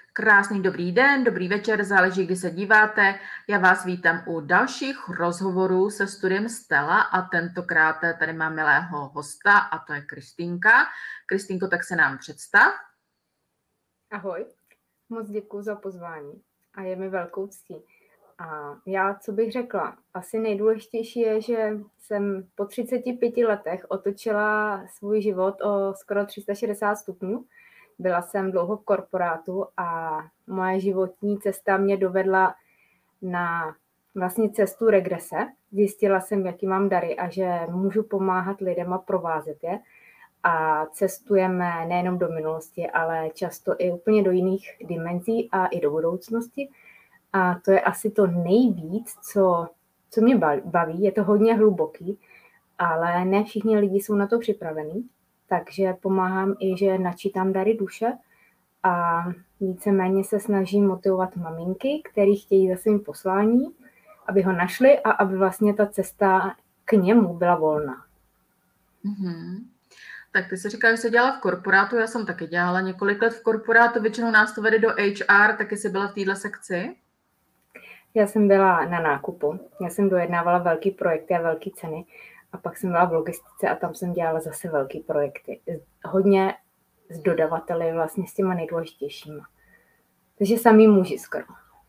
Krásný dobrý den, dobrý večer, záleží, kdy se díváte. Já vás vítám u dalších rozhovorů se studiem Stella a tentokrát tady mám milého hosta a to je Kristýnka. Kristýnko, tak se nám představ. Ahoj, moc děkuji za pozvání a je mi velkou ctí. A já, co bych řekla, asi nejdůležitější je, že jsem po 35 letech otočila svůj život o skoro 360 stupňů. Byla jsem dlouho v korporátu a moje životní cesta mě dovedla na vlastně cestu regrese. Zjistila jsem, jaký mám dary a že můžu pomáhat lidem a provázet je. A cestujeme nejenom do minulosti, ale často i úplně do jiných dimenzí a i do budoucnosti. A to je asi to nejvíc, co mě baví. Je to hodně hluboký, ale ne všichni lidi jsou na to připravení. Takže pomáhám i, že načítám dary duše a víceméně se snažím motivovat maminky, které chtějí za svým poslání, aby ho našli a aby vlastně ta cesta k němu byla volná. Mm-hmm. Tak ty jsi říkala, že jsi dělala v korporátu, já jsem taky dělala několik let v korporátu, většinou nás to vede do HR, taky jsi byla v této sekci? Já jsem byla na nákupu, já jsem dojednávala velký projekty a velké ceny a pak jsem byla v logistice a tam jsem dělala zase velké projekty. Hodně s dodavateli, vlastně s těma nejdůležitějšíma. Takže samý muži skoro.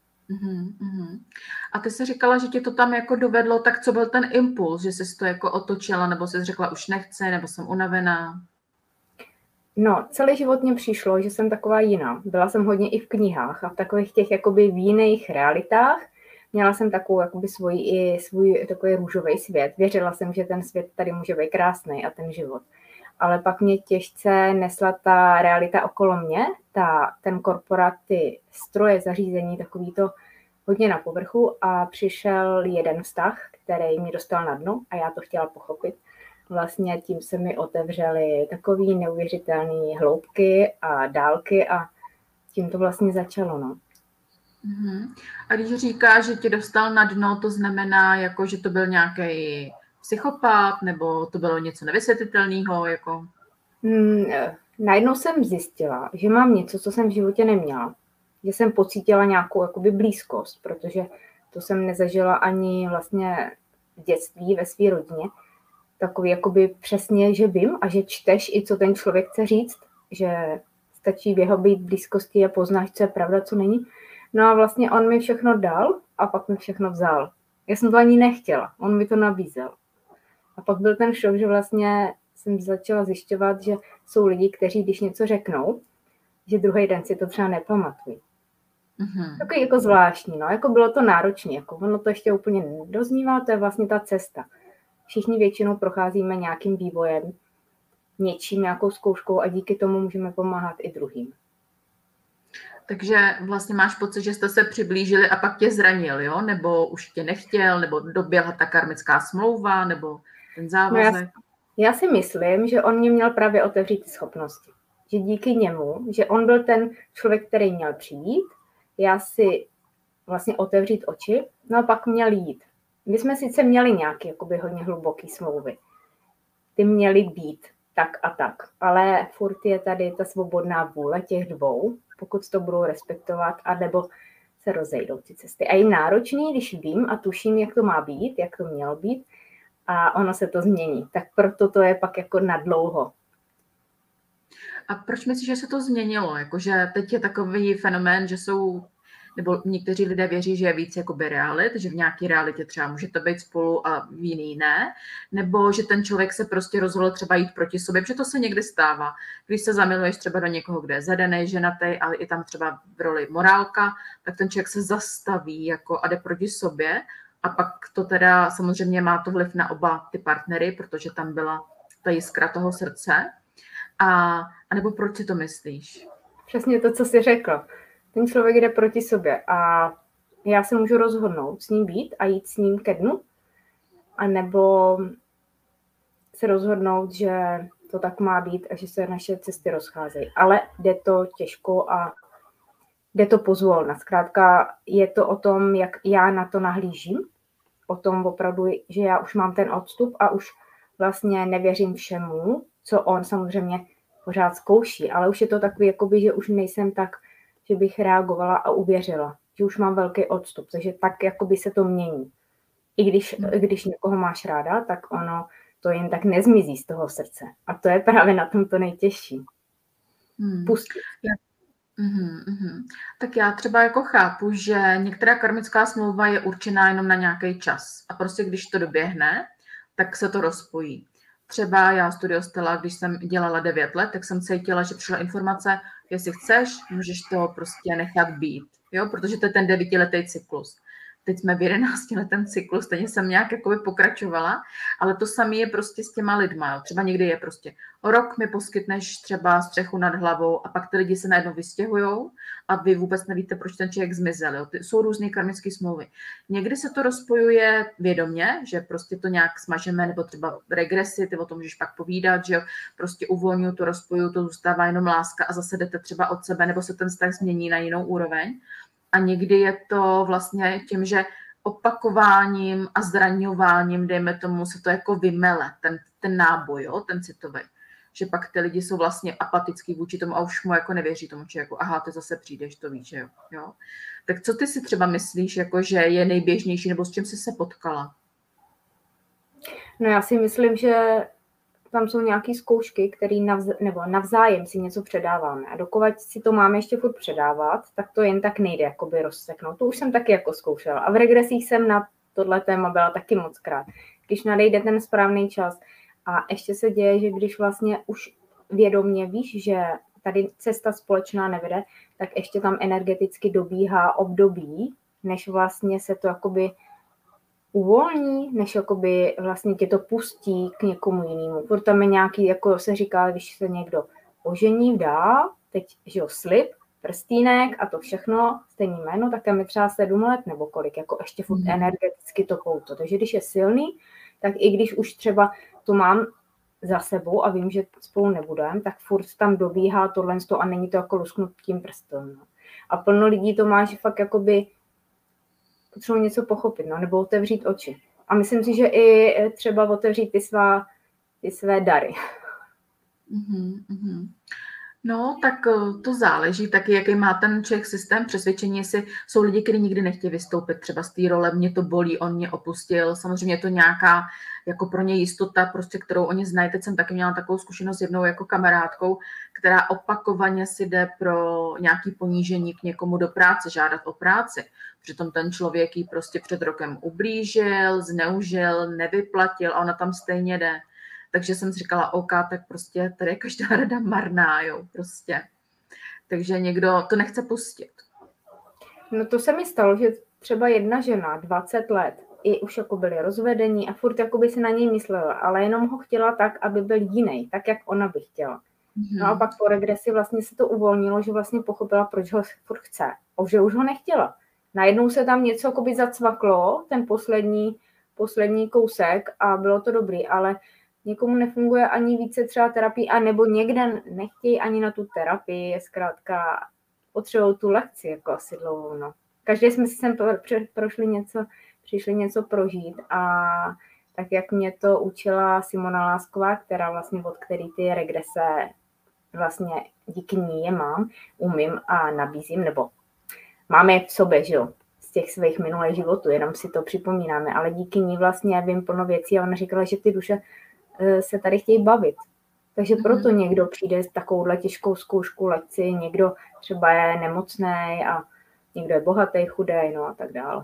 A ty jsi říkala, že tě to tam jako dovedlo, tak co byl ten impuls, že jsi to jako otočila, nebo jsi řekla už nechci, nebo jsem unavená? No, celý život mě přišlo, že jsem taková jiná. Byla jsem hodně i v knihách a v takových těch jakoby v jiných realitách. Měla jsem takovou jakoby svůj takový růžový svět. Věřila jsem, že ten svět tady může být krásný a ten život. Ale pak mě těžce nesla ta realita okolo mě, ten korporát, ty stroje, zařízení, takový to hodně na povrchu a přišel jeden vztah, který mě dostal na dno a já to chtěla pochopit. Vlastně tím se mi otevřely takový neuvěřitelné hloubky a dálky a tím to vlastně začalo. No. A když říkáš, že tě dostal na dno, to znamená, jako, že to byl nějaký psychopat, nebo to bylo něco nevysvětlitelného? Jako? Najednou jsem zjistila, že mám něco, co jsem v životě neměla. Že jsem pocítila nějakou jakoby blízkost, protože to jsem nezažila ani vlastně v dětství ve své rodině. Takový jakoby přesně, že vím a že čteš i, co ten člověk chce říct, že stačí v jeho být blízkosti a poznáš, co je pravda, co není. No a vlastně on mi všechno dal a pak mi všechno vzal. Já jsem to ani nechtěla, on mi to nabízel. A pak byl ten šok, že vlastně jsem začala zjišťovat, že jsou lidi, kteří, když něco řeknou, že druhý den si to třeba nepamatují. Takový jako zvláštní, no, jako bylo to náročné, jako ono to ještě úplně nedoznívá, to je vlastně ta cesta. Všichni většinou procházíme nějakým vývojem, něčím, nějakou zkouškou a díky tomu můžeme pomáhat i druhým. Takže vlastně máš pocit, že jste se přiblížili a pak tě zranil, jo? Nebo už tě nechtěl, nebo doběhla ta karmická smlouva, nebo ten závazek? No já si myslím, že on mě měl právě otevřít ty schopnosti. Že díky němu, že on byl ten člověk, který měl přijít, já si vlastně otevřít oči, no a pak měl jít. My jsme sice měli nějaké jakoby hodně hluboké smlouvy. Ty měly být tak a tak, ale furt je tady ta svobodná vůle těch dvou, pokud to budou respektovat, anebo se rozejdou ty cesty. A je náročný, když vím a tuším, jak to má být, jak to mělo být, a ono se to změní. Tak proto to je pak jako nadlouho. A proč myslíš, že se to změnilo? Jakože teď je takový fenomén, že jsou, nebo někteří lidé věří, že je víc jakoby realit, že v nějaké realitě třeba můžete být spolu a v jiný ne, nebo že ten člověk se prostě rozhodl třeba jít proti sobě, protože to se někdy stává. Když se zamiluješ třeba do někoho, kde je zadaný, ženatý, ale i tam třeba v roli morálka, tak ten člověk se zastaví jako a jde proti sobě a pak to teda samozřejmě má to vliv na oba ty partnery, protože tam byla ta jiskra toho srdce. A nebo proč si to myslíš? Přesně to, co jsi řekl. Ten člověk jde proti sobě a já se můžu rozhodnout s ním být a jít s ním ke dnu, anebo se rozhodnout, že to tak má být a že se naše cesty rozcházejí. Ale jde to těžko a jde to pozvolna. Zkrátka je to o tom, jak já na to nahlížím, o tom opravdu, že já už mám ten odstup a už vlastně nevěřím všemu, co on samozřejmě pořád zkouší, ale už je to takový, jakoby, že už nejsem tak, že bych reagovala a uvěřila, že už mám velký odstup, takže tak jakoby se to mění. I když někoho máš ráda, tak ono to jen tak nezmizí z toho srdce. A to je právě na tom to nejtěžší. Pustit. Tak já třeba jako chápu, že některá karmická smlouva je určená jenom na nějaký čas. A prostě když to doběhne, tak se to rozpojí. Třeba já Studio Stella, když jsem dělala 9 let, tak jsem cítila, že přišla informace, jestli chceš, můžeš to prostě nechat být. Jo? Protože to je ten 9letý cyklus. Teď jsme v 11letém cyklu, stejně jsem nějak jakoby pokračovala, ale to samé je prostě s těma lidma. Jo. Třeba někdy je prostě rok mi poskytneš třeba střechu nad hlavou a pak ty lidi se najednou vystěhujou a vy vůbec nevíte, proč ten člověk zmizel. Jo. Jsou různé karmické smlouvy. Někdy se to rozpojuje vědomě, že prostě to nějak smažeme, nebo třeba regresy, ty o tom můžeš pak povídat, že jo, prostě uvolňuju to, rozpojuju, to zůstává jenom láska a zase jdete třeba od sebe, nebo se ten vztah změní na jinou úroveň. A někdy je to vlastně tím, že opakováním a zraňováním, dejme tomu, se to jako vymele, ten náboj, jo, ten citový. Že pak ty lidi jsou vlastně apatický vůči tomu a už mu jako nevěří tomu člověku. Aha, ty zase přijdeš, to víš, jo. Tak co ty si třeba myslíš, jako, že je nejběžnější, nebo s čím jsi se potkala? No já si myslím, že tam jsou nějaké zkoušky, které navzájem si něco předáváme. A dokud si to máme ještě furt předávat, tak to jen tak nejde jakoby rozseknout. To už jsem taky jako zkoušela. A v regresích jsem na tohle téma byla taky mockrát. Když nadejde ten správný čas. A ještě se děje, že když vlastně už vědomě víš, že tady cesta společná nevede, tak ještě tam energeticky dobíhá období, než vlastně se to jakoby uvolní, než jakoby vlastně tě to pustí k někomu jinému. Protože tam je nějaký, jako se říká, když se někdo ožení, vdá, teď, že jo, slib, prstínek a to všechno, stejný jméno, tak tam je třeba 7 let nebo kolik, jako ještě furt energeticky to pouto. Takže když je silný, tak i když už třeba to mám za sebou a vím, že spolu nebudem, tak furt tam dobíhá tohle a není to jako lusknutím prstem. No. A plno lidí to má, že fakt jakoby potřebuji něco pochopit, no, nebo otevřít oči. A myslím si, že i třeba otevřít ty své dary. No, tak to záleží taky, jaký má ten člověk systém přesvědčení, jestli jsou lidi, kteří nikdy nechtějí vystoupit třeba z té role, mě to bolí, on mě opustil, samozřejmě je to nějaká jako pro ně jistota, prostě, kterou oni znají. Teď jsem taky měla takovou zkušenost s jednou jako kamarádkou, která opakovaně si jde pro nějaké ponížení k někomu do práce, žádat o práci. Přitom ten člověk jí prostě před rokem ublížil, zneužil, nevyplatil a ona tam stejně jde. Takže jsem si říkala, OK, tak prostě tady je každá rada marná, jo, prostě. Takže někdo to nechce pustit. No to se mi stalo, že třeba jedna žena, 20 let, i už jako byli rozvedení a furt jako by si na něj myslela, ale jenom ho chtěla tak, aby byl jiný, tak, jak ona by chtěla. No a pak po regresi vlastně se to uvolnilo, že vlastně pochopila, proč ho furt chce. A že už ho nechtěla. Najednou se tam něco jako by zacvaklo, ten poslední kousek a bylo to dobrý, ale někomu nefunguje ani více třeba terapii, a nebo někde nechtějí ani na tu terapii, zkrátka potřebují tu lekci jako asi dlouho. No. Každý jsme si sem přišli něco prožít a tak, jak mě to učila Simona Lásková, která vlastně od který ty regrese vlastně díky ní je umím a nabízím, nebo máme je v sobě, že jo, z těch svých minulých životů, jenom si to připomínáme, ale díky ní vlastně vím plno věcí a ona říkala, že ty duše se tady chtějí bavit. Takže proto někdo přijde s takovouhle těžkou zkoušku, lekci, někdo třeba je nemocný a někdo je bohatý, chudej, no a tak dále.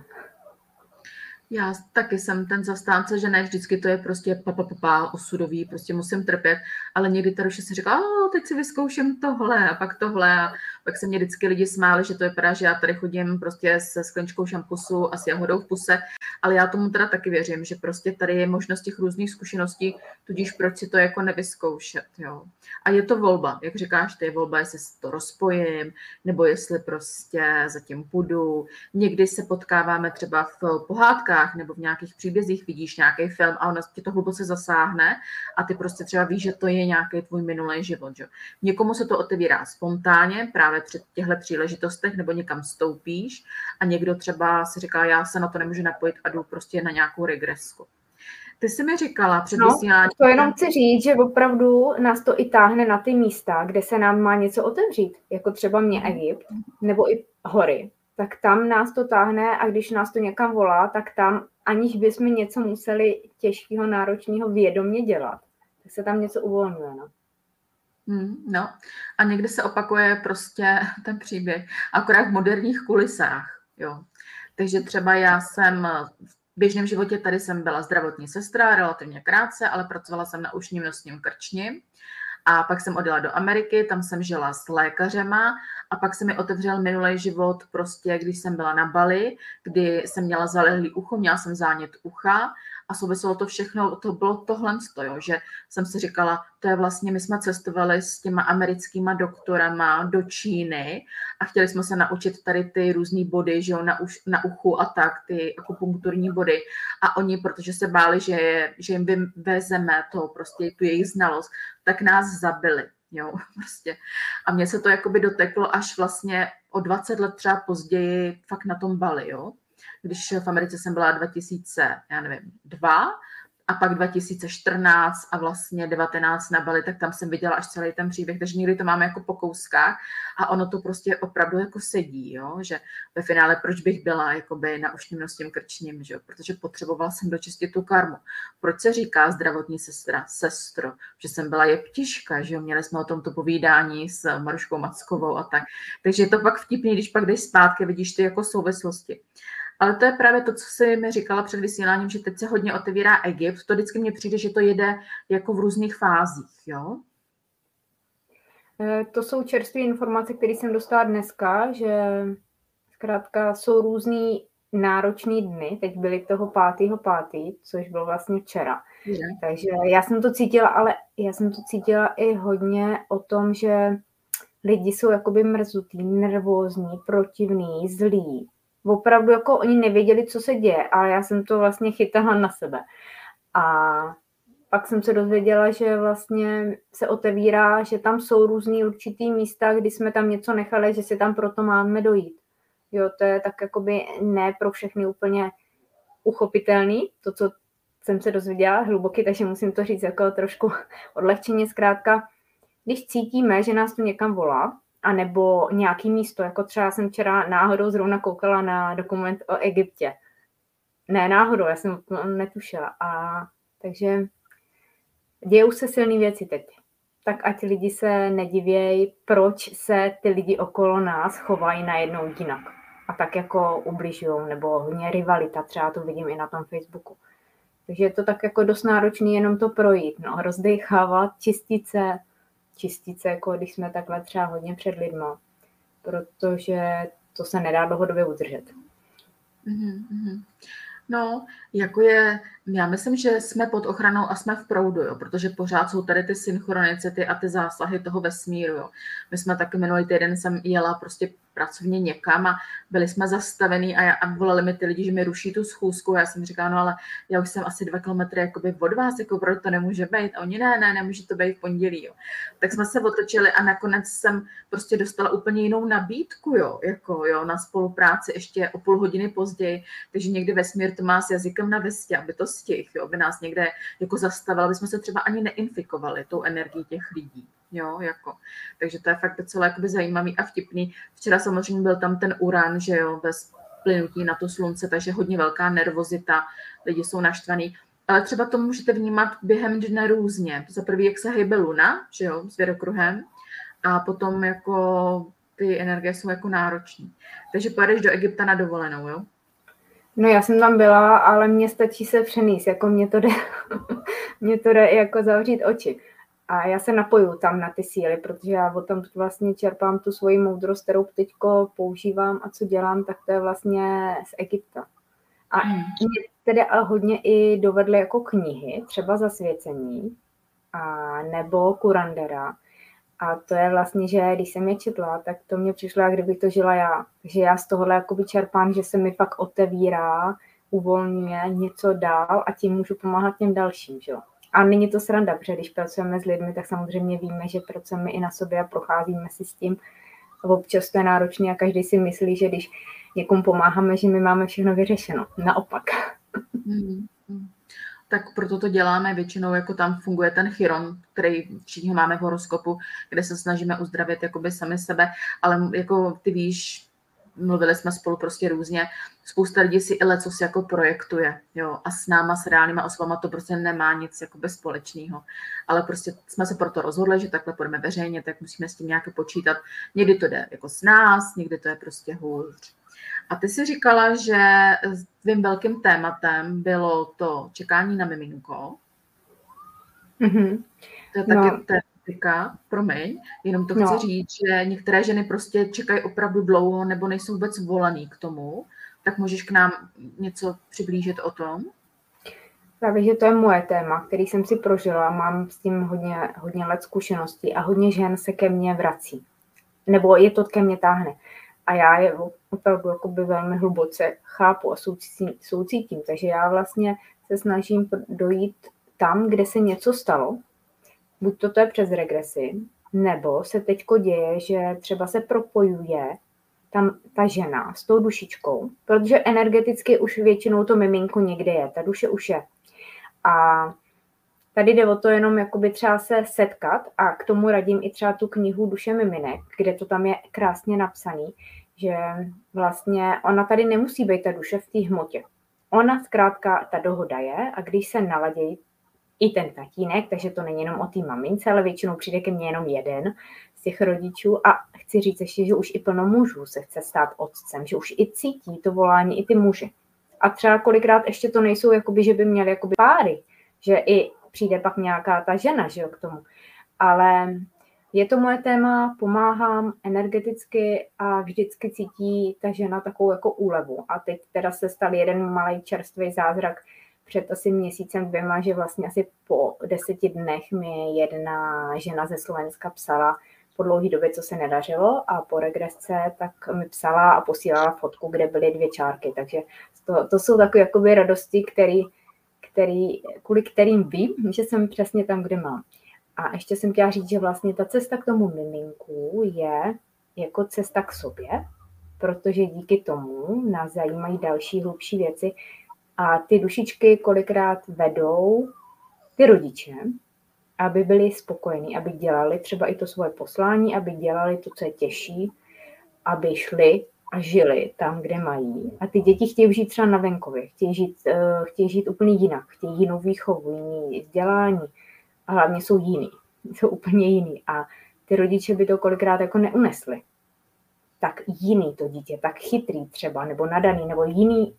Já taky jsem ten zastánce, že ne vždycky to je prostě osudový, prostě musím trpět, ale někdy ta duše si říká, teď si vyzkouším tohle a pak se mě vždycky lidi smáli, že to vypadá, že já tady chodím prostě se skleničkou šampusu a s jahodou v puse, ale já tomu teda taky věřím, že prostě tady je možnost těch různých zkušeností, tudíž proč si to jako nevyzkoušet, jo. A je to volba, jak říkáš ty, volba, jestli to rozpojím, nebo jestli prostě zatím půjdu. Někdy se potkáváme třeba v pohádkách nebo v nějakých příbězích, vidíš nějaký film a ono tě to hluboce zasáhne a ty prostě třeba víš, že to je nějaký tvůj minulý život. Že? Někomu se to otevírá spontánně právě při těchto příležitostech nebo někam stoupíš a někdo třeba si říká, já se na to nemůžu napojit a jdu prostě na nějakou regresku. Ty jsi mi říkala před No, vysíláním. to jenom chci říct, že opravdu nás to i táhne na ty místa, kde se nám má něco otevřít, jako třeba mě Egypt, nebo i hory. Tak tam nás to táhne a když nás to někam volá, tak tam, aniž bychom něco museli těžkého, náročného vědomě dělat, tak se tam něco uvolňuje. No. No a někdy se opakuje prostě ten příběh, akorát v moderních kulisách, jo. Takže třeba já jsem v běžném životě tady jsem byla zdravotní sestra, relativně krátce, ale pracovala jsem na ušním, nosním, krčním. A pak jsem odjela do Ameriky, tam jsem žila s lékařema a pak se mi otevřel minulý život prostě, když jsem byla na Bali, kdy jsem měla zalehlý ucho, měla jsem zánět ucha a souviselo to všechno, to bylo tohle, že jsem si říkala, to je vlastně, my jsme cestovali s těma americkýma doktorama do Číny a chtěli jsme se naučit tady ty různý body, že jo, na uchu a tak, ty akupunkturní body a oni, protože se báli, že jim vyvezeme to prostě tu jejich znalost, tak nás zabili, jo, prostě. A mně se to jakoby doteklo až vlastně o 20 let třeba později fakt na tom Bali, jo. Když v Americe jsem byla 2002 a pak 2014 a vlastně 19 na Bali, tak tam jsem viděla až celý ten příběh, takže někdy to máme jako po kouskách a ono to prostě opravdu jako sedí, jo? Že ve finále proč bych byla jakoby na ušním, nosním, krčním, že? Protože potřebovala jsem dočistit tu karmu. Proč se říká zdravotní sestro, že jsem byla jeptiška, že jo? Měli jsme o tomto povídání s Maruškou Mackovou a tak. Takže je to pak vtipný, když pak jdeš zpátky, vidíš ty jako souvislosti. Ale to je právě to, co jsi mi říkala před vysíláním, že teď se hodně otevírá Egypt. To vždycky mně přijde, že to jede jako v různých fázích, jo? To jsou čerstvé informace, které jsem dostala dneska, že zkrátka jsou různý náročný dny. Teď byly toho 5.5., což bylo vlastně včera. Takže já jsem to cítila, ale já jsem to cítila i hodně o tom, že lidi jsou jakoby mrzutý, nervózní, protivní, zlí. Opravdu jako oni nevěděli, co se děje, ale já jsem to vlastně chytala na sebe. A pak jsem se dozvěděla, že vlastně se otevírá, že tam jsou různý určitý místa, kdy jsme tam něco nechali, že si tam proto máme dojít. Jo, to je tak jakoby ne pro všechny úplně uchopitelný, to, co jsem se dozvěděla hluboký, takže musím to říct jako trošku odlehčeně zkrátka. Když cítíme, že nás to někam volá, anebo nějaký místo, jako třeba jsem včera náhodou zrovna koukala na dokument o Egyptě. Ne náhodou, já jsem to netušila. Takže dějou se silné věci teď. Tak ať lidi se nedivějí, proč se ty lidi okolo nás chovají najednou jinak. A tak jako ubližují, nebo hodně rivalita, třeba to vidím i na tom Facebooku. Takže je to tak jako dost náročný jenom to projít, no, rozdechávat, čistit se, jako když jsme takhle třeba hodně před lidma, protože to se nedá dlouhodobě udržet. No, já myslím, že jsme pod ochranou a jsme v proudu, jo, protože pořád jsou tady ty synchronicity a ty zásahy toho vesmíru, jo. My jsme taky minulý týden jsem jela prostě pracovně někam a byli jsme zastavení a volali mi ty lidi, že mi ruší tu schůzku. Já jsem říkala, no ale já už jsem asi 2 kilometry jakoby od vás, jako proto to nemůže být. A oni nemůže to být v pondělí, jo. Tak jsme se otočili a nakonec jsem prostě dostala úplně jinou nabídku, jo, na spolupráci ještě o půl hodiny později, takže někdy vesmír to má s jazykem na vestě, aby to stihl, jo, aby nás někde jako zastavil, aby jsme se třeba ani neinfikovali tou energií těch lidí. Jo, jako. Takže to je fakt docela jakoby zajímavý a vtipný. Včera samozřejmě byl tam ten uran, že jo, bez plynutí na to slunce, takže hodně velká nervozita, lidi jsou naštvaný. Ale třeba to můžete vnímat během dne různě. Za prvý, jak se hýbe luna, že jo, s věrokruhem, a potom jako ty energie jsou jako náročné. Takže pojedeš do Egypta na dovolenou, jo? No já jsem tam byla, ale mně stačí se přenést, jako mě to jde jako zavřít oči. A já se napoju tam na ty síly, protože já o tom vlastně čerpám tu svoji moudrost, kterou teďko používám a co dělám, tak to je vlastně z Egypta. A mě tedy hodně i dovedly jako knihy, třeba Zasvěcení a nebo Kurandera. A to je vlastně, že když jsem je četla, tak to mě přišlo, jak kdybych to žila já. Takže já z tohohle jakoby čerpám, že se mi fakt otevírá, uvolňuje něco dál a tím můžu pomáhat těm dalším, že jo. A není to sranda, protože když pracujeme s lidmi, tak samozřejmě víme, že pracujeme i na sobě a procházíme si s tím. A občas to je náročné a každý si myslí, že když někomu pomáháme, že my máme všechno vyřešeno. Naopak. Tak proto to děláme většinou, jako tam funguje ten chiron, který všichni máme v horoskopu, kde se snažíme uzdravit jakoby sami sebe, ale jako ty víš, mluvili jsme spolu prostě různě, spousta lidí si lecos jako projektuje, jo, a s náma, s reálnýma osobama to prostě nemá nic jakoby společného, ale prostě jsme se proto rozhodli, že takhle půjdeme veřejně, tak musíme s tím nějak počítat. Někdy to jde jako s nás, někdy to je prostě hůř. A ty jsi říkala, že tvým velkým tématem bylo to čekání na miminko. Mm-hmm. To je taky tematika, promiň, jenom to chci říct, že některé ženy prostě čekají opravdu dlouho nebo nejsou vůbec volaný k tomu. Tak můžeš k nám něco přiblížit o tom? Právě, že to je moje téma, který jsem si prožila, mám s tím hodně let zkušeností a hodně žen se ke mně vrací. Nebo je to ke mně táhne. A já je opravdu jakoby velmi hluboce chápu a soucítím. Takže já vlastně se snažím dojít tam, kde se něco stalo. Buď to je přes regresi, nebo se teďko děje, že třeba se propojuje tam ta žena s tou dušičkou, protože energeticky už většinou to miminko někde je, ta duše už je. A tady jde o to jenom jakoby třeba se setkat a k tomu radím i třeba tu knihu Duše miminek, kde to tam je krásně napsaný, že vlastně ona tady nemusí být ta duše v té hmotě. Ona zkrátka, ta dohoda je a když se naladějí i ten tatínek, takže to není jenom o té mamince, ale většinou přijde ke mně jenom jeden z těch rodičů a chci říct ještě, že už i plno mužů se chce stát otcem, že už i cítí to volání i ty muži. A třeba kolikrát ještě to nejsou, jakoby, že by měli jakoby páry, že i přijde pak nějaká ta žena, že jo, k tomu. Ale je to moje téma, pomáhám energeticky a vždycky cítí ta žena takovou jako úlevu. A teď teda se stal jeden malý čerstvý zázrak před asi měsícem, 2, že vlastně asi po 10 dnech mi jedna žena ze Slovenska psala po dlouhé době, co se nedařilo a po regresce, tak mi psala a posílala fotku, kde byly 2 čárky. Takže to jsou takové jakoby radosti, kvůli kterým vím, že jsem přesně tam, kde mám. A ještě jsem chtěla říct, že vlastně ta cesta k tomu miminku je jako cesta k sobě, protože díky tomu nás zajímají další hlubší věci a ty dušičky kolikrát vedou ty rodiče, aby byli spokojení, aby dělali třeba i to svoje poslání, aby dělali to, co je těžší, aby šli a žili tam, kde mají. A ty děti chtějí žít třeba na venkově, chtějí žít úplně jinak, chtějí jinou výchovu, jiný vzdělání a hlavně jsou jiný, jsou úplně jiný. A ty rodiče by to kolikrát jako neunesli. Tak jiný to dítě, tak chytrý třeba, nebo nadaný, nebo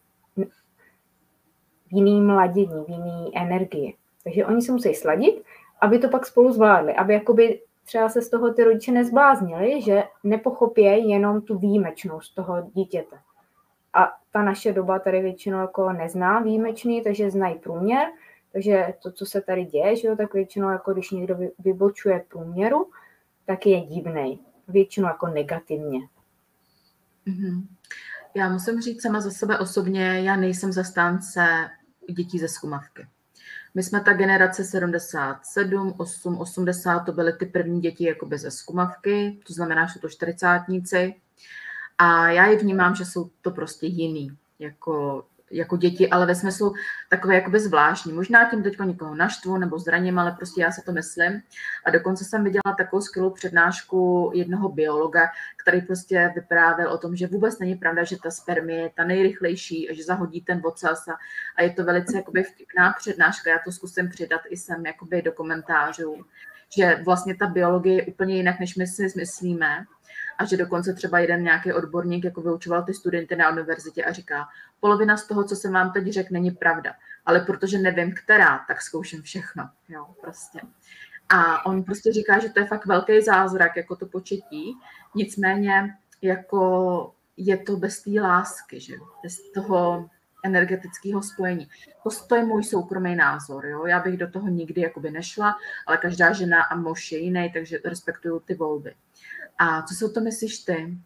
jiný mladění, jiný energie. Takže oni se musí sladit, aby to pak spolu zvládli, aby jakoby třeba se z toho ty rodiče nezbláznili, že nepochopí jenom tu výjimečnost toho dítěte. A ta naše doba tady většinou jako nezná výjimečný, takže znají průměr, takže to, co se tady děje, že jo, tak většinou jako když někdo vybočuje průměru, tak je divnej, většinou jako negativně. Mm-hmm. Já musím říct sama za sebe osobně, já nejsem zastánce dětí ze zkumavky. My jsme ta generace 77, 8, 80, to byly ty první děti jakoby ze zkumavky, to znamená, že jsou to 40-tníci. A já je vnímám, že jsou to prostě jiný, jako děti, ale ve smyslu takové jakoby zvláštní. Možná tím teďko někoho naštvu nebo zraním, ale prostě já se to myslím. A dokonce jsem viděla takovou skvělou přednášku jednoho biologa, který prostě vyprávěl o tom, že vůbec není pravda, že ta spermie je ta nejrychlejší a že zahodí ten ocas a je to velice jakoby vtipná přednáška. Já to zkusím přidat i sem jakoby do komentářů, že vlastně ta biologie je úplně jinak, než my si myslíme. A že dokonce třeba jeden nějaký odborník jako vyučoval ty studenty na univerzitě a říká, polovina z toho, co jsem vám teď řekl, není pravda, ale protože nevím, která, tak zkouším všechno. Jo, prostě. A on prostě říká, že to je fakt velký zázrak, jako to početí, nicméně jako je to bez té lásky, že? Bez toho energetického spojení. To je můj soukromý názor. Jo? Já bych do toho nikdy jakoby nešla, ale každá žena a muž je jiný, takže respektuju ty volby. A co si o to myslíš ty?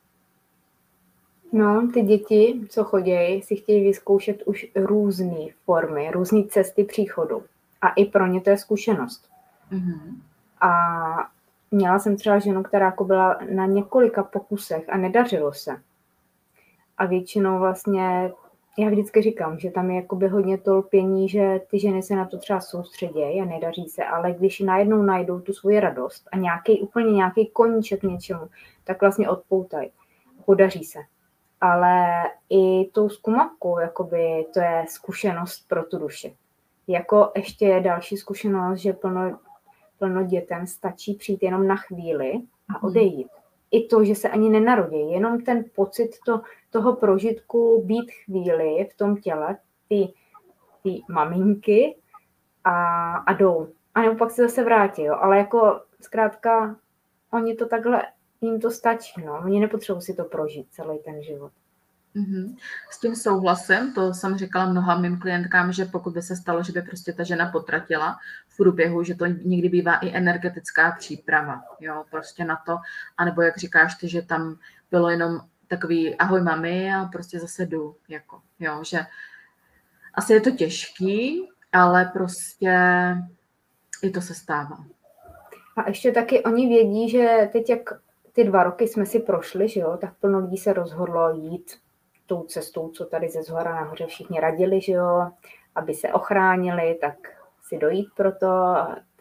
No, ty děti, co chodí, si chtějí vyzkoušet už různé formy, různé cesty příchodu. A i pro ně to je zkušenost. Mm-hmm. A měla jsem třeba ženu, která jako byla na několika pokusech a nedařilo se. A většinou vlastně já vždycky říkám, že tam je jakoby hodně to lpění, že ty ženy se na to třeba soustředějí a nedaří se, ale když najednou najdou tu svoji radost a úplně nějaký koníček něčemu, tak vlastně odpoutají. Podaří se. Ale i tou zkumavkou, jakoby to je zkušenost pro tu duši. Jako ještě je další zkušenost, že plno dětem stačí přijít jenom na chvíli a odejít. I to, že se ani nenarodí, jenom ten pocit toho prožitku být chvíli v tom těle, ty maminky a jdou. A nebo pak se zase vrátí, jo. Ale jako zkrátka oni to takhle, jim to stačí, no. Oni nepotřebují si to prožít celý ten život. S tím souhlasem, to jsem říkala mnoha mým klientkám, že pokud by se stalo, že by prostě ta žena potratila v průběhu, že to někdy bývá i energetická příprava, jo, prostě na to, anebo jak říkáš ty, že tam bylo jenom takový ahoj mami a prostě zase jdu, jako, jo, že asi je to těžký, ale prostě i to se stává. A ještě taky oni vědí, že teď jak ty 2 roky jsme si prošli, že jo, tak plno lidí se rozhodlo jít tou cestou, co tady ze zhora nahoře všichni radili, že jo, aby se ochránili, tak si dojít pro to.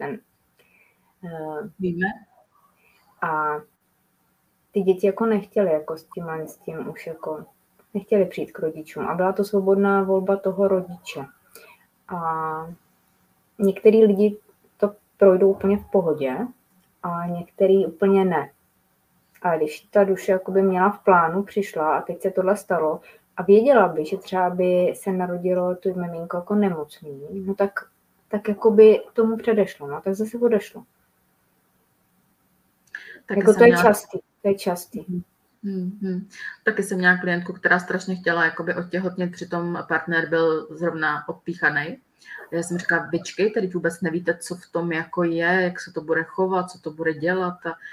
Víme. A ty děti jako nechtěli jako s tím už jako nechtěli přijít k rodičům. A byla to svobodná volba toho rodiče. A některý lidi to projdou úplně v pohodě a některý úplně ne. A když ta duše jakoby měla v plánu, přišla a teď se tohle stalo a věděla by, že třeba by se narodilo to miminko jako nemocný, no tak jakoby tomu předešlo, no tak zase odešlo. Jako to je častý. Taky jsem měla klientku, která strašně chtěla jakoby otěhotnět, přitom partner byl zrovna opíchaný. Já jsem říkala, vyčkej, tady vůbec nevíte, co v tom jako je, jak se to bude chovat, co to bude dělat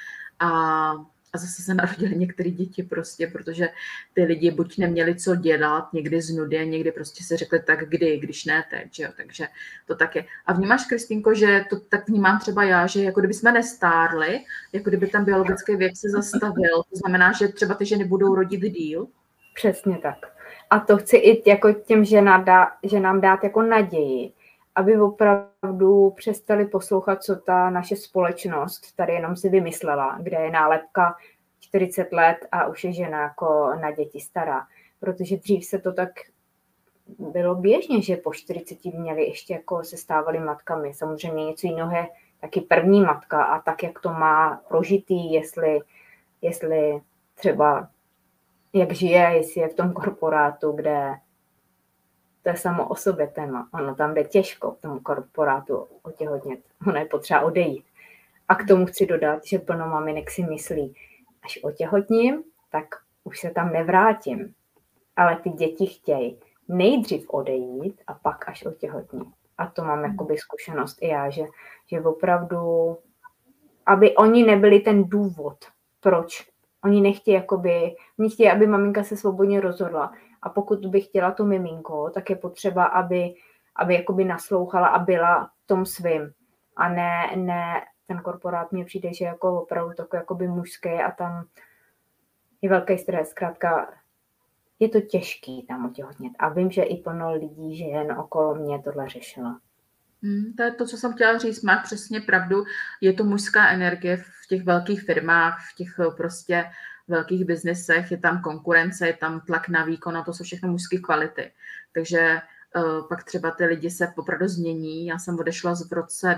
a zase se narodily některé děti prostě, protože ty lidi buď neměli co dělat, někdy z nudy, někdy prostě se řekli tak kdy, když ne teď, jo, takže to tak je. A vnímáš, Kristýnko, že to tak vnímám třeba já, že jako kdyby jsme nestárli, jako kdyby ten biologický věk se zastavil, to znamená, že třeba ty ženy budou rodit díl? Přesně tak. A to chci i jako těm ženám dát jako naději, aby opravdu přestali poslouchat, co ta naše společnost tady jenom si vymyslela, kde je nálepka 40 let a už je žena jako na děti stará. Protože dřív se to tak bylo běžně, že po 40 měli ještě jako se stávali matkami. Samozřejmě něco jiného je taky první matka a tak, jak to má prožitý, jestli třeba jak žije, jestli je v tom korporátu, kde to je samo o sobě téma. Ono tam jde těžko v tom korporátu otěhotnět. Ono je potřeba odejít. A k tomu chci dodat, že plno maminek si myslí, až otěhotním, tak už se tam nevrátím. Ale ty děti chtějí nejdřív odejít a pak až otěhotní. A to mám jakoby zkušenost i já, že opravdu, aby oni nebyli ten důvod, proč. Oni nechtějí, aby maminka se svobodně rozhodla. A pokud by chtěla to miminko, tak je potřeba, aby jakoby naslouchala a byla v tom svým. A ne ten korporát mně přijde, že jako opravdu takový jakoby mužský a tam je velký stres. Zkrátka je to těžký tam otěhotnět. A vím, že i plno lidí, že jen okolo mě tohle řešila. To je to, co jsem chtěla říct, máš přesně pravdu. Je to mužská energie v těch velkých firmách, v těch prostě velkých biznesech, je tam konkurence, je tam tlak na výkon a to jsou všechno mužské kvality. Takže pak třeba ty lidi se opravdu změní. Já jsem odešla v roce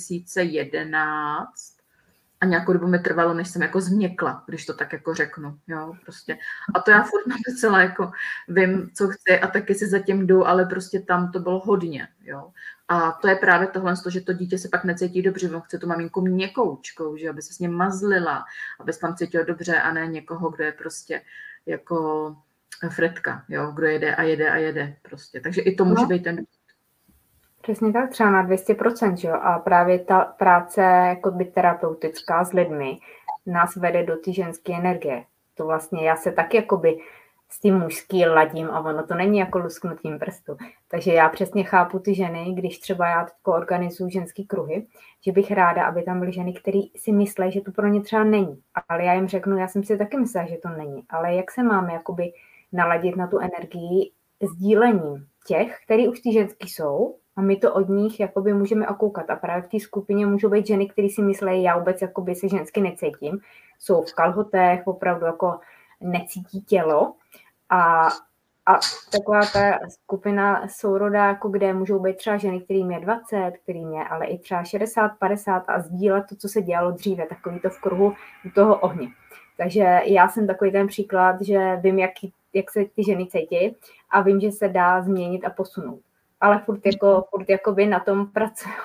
2011 a nějakou dobu mi trvalo, než jsem jako změkla, když to tak jako řeknu, jo, prostě. A to já furt docela jako vím, co chci a taky si zatím jdu, ale prostě tam to bylo hodně, jo. A to je právě tohle, že to dítě se pak necítí dobře, on chce tu maminku měkoučkou, že aby se s ním mazlila, aby se tam cítilo dobře a ne někoho, kdo je prostě jako Fredka, jo, kdo jede a jede a jede prostě. Takže i to může být ten. Přesně tak, třeba na 200%, že jo? A právě ta práce jako by terapeutická s lidmi nás vede do té ženské energie. To vlastně já se taky jakoby s tím mužský ladím a ono to není jako lusknutím prstu. Takže já přesně chápu ty ženy, když třeba já teď organizuju ženský kruhy, že bych ráda, aby tam byly ženy, které si myslí, že to pro ně třeba není. Ale já jim řeknu, já jsem si taky myslela, že to není. Ale jak se máme jakoby naladit na tu energii sdílením těch, který už ty ženský jsou, a my to od nich jakoby můžeme okoukat. A právě v té skupině můžou být ženy, které si myslí, já vůbec jakoby se žensky necítím, jsou v kalhotech, opravdu jako necítí tělo. A taková ta skupina souroda, jako kde můžou být třeba ženy, kterým je 20, kterým je ale i třeba 60, 50 a sdílet to, co se dělalo dříve, takový to v kruhu u toho ohně. Takže já jsem takový ten příklad, že vím, jak se ty ženy cítí a vím, že se dá změnit a posunout. Ale furt jakoby na tom pracuju.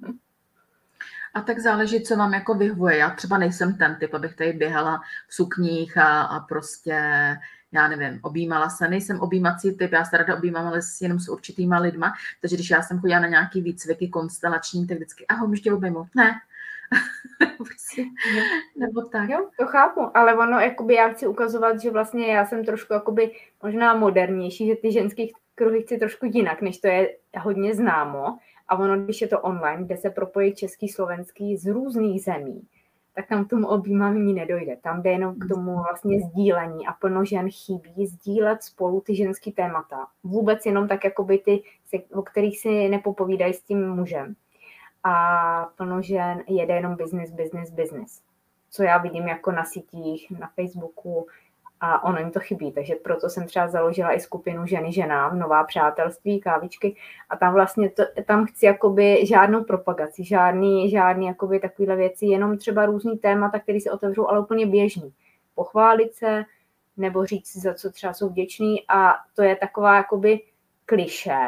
A tak záleží, co vám jako vyhovuje. Já třeba nejsem ten typ, abych tady běhala v sukních a prostě, já nevím, objímala se. Nejsem objímací typ, já se ráda objímám, ale jenom s určitýma lidma. Takže když já jsem chodila na nějaký výcviky konstelační, tak vždycky, ahoj, můžu tě obejmout? Ne. Prostě, nebo tak. Jo, to chápu, ale ono, jakoby já chci ukazovat, že vlastně já jsem trošku jakoby možná modernější, že ty ženský kruhy chci trošku jinak, než to je hodně známo. A ono, když je to online, kde se propojí český, slovenský z různých zemí, tak tam k tomu objímání nedojde. Tam jde jenom k tomu vlastně sdílení a plno žen chybí sdílet spolu ty ženský témata. Vůbec jenom tak, jakoby ty, o kterých si nepopovídají s tím mužem. A plno žen jede jenom business. Co já vidím jako na sítích, na Facebooku a ono jim to chybí. Takže proto jsem třeba založila i skupinu Ženy ženám, nová přátelství, kávičky a tam vlastně tam chci jakoby žádnou propagaci, žádný jakoby takovýhle věci, jenom třeba různý témata, které se otevřou, ale úplně běžný. Pochválit se nebo říct si, za co třeba jsou vděční a to je taková jakoby klišé,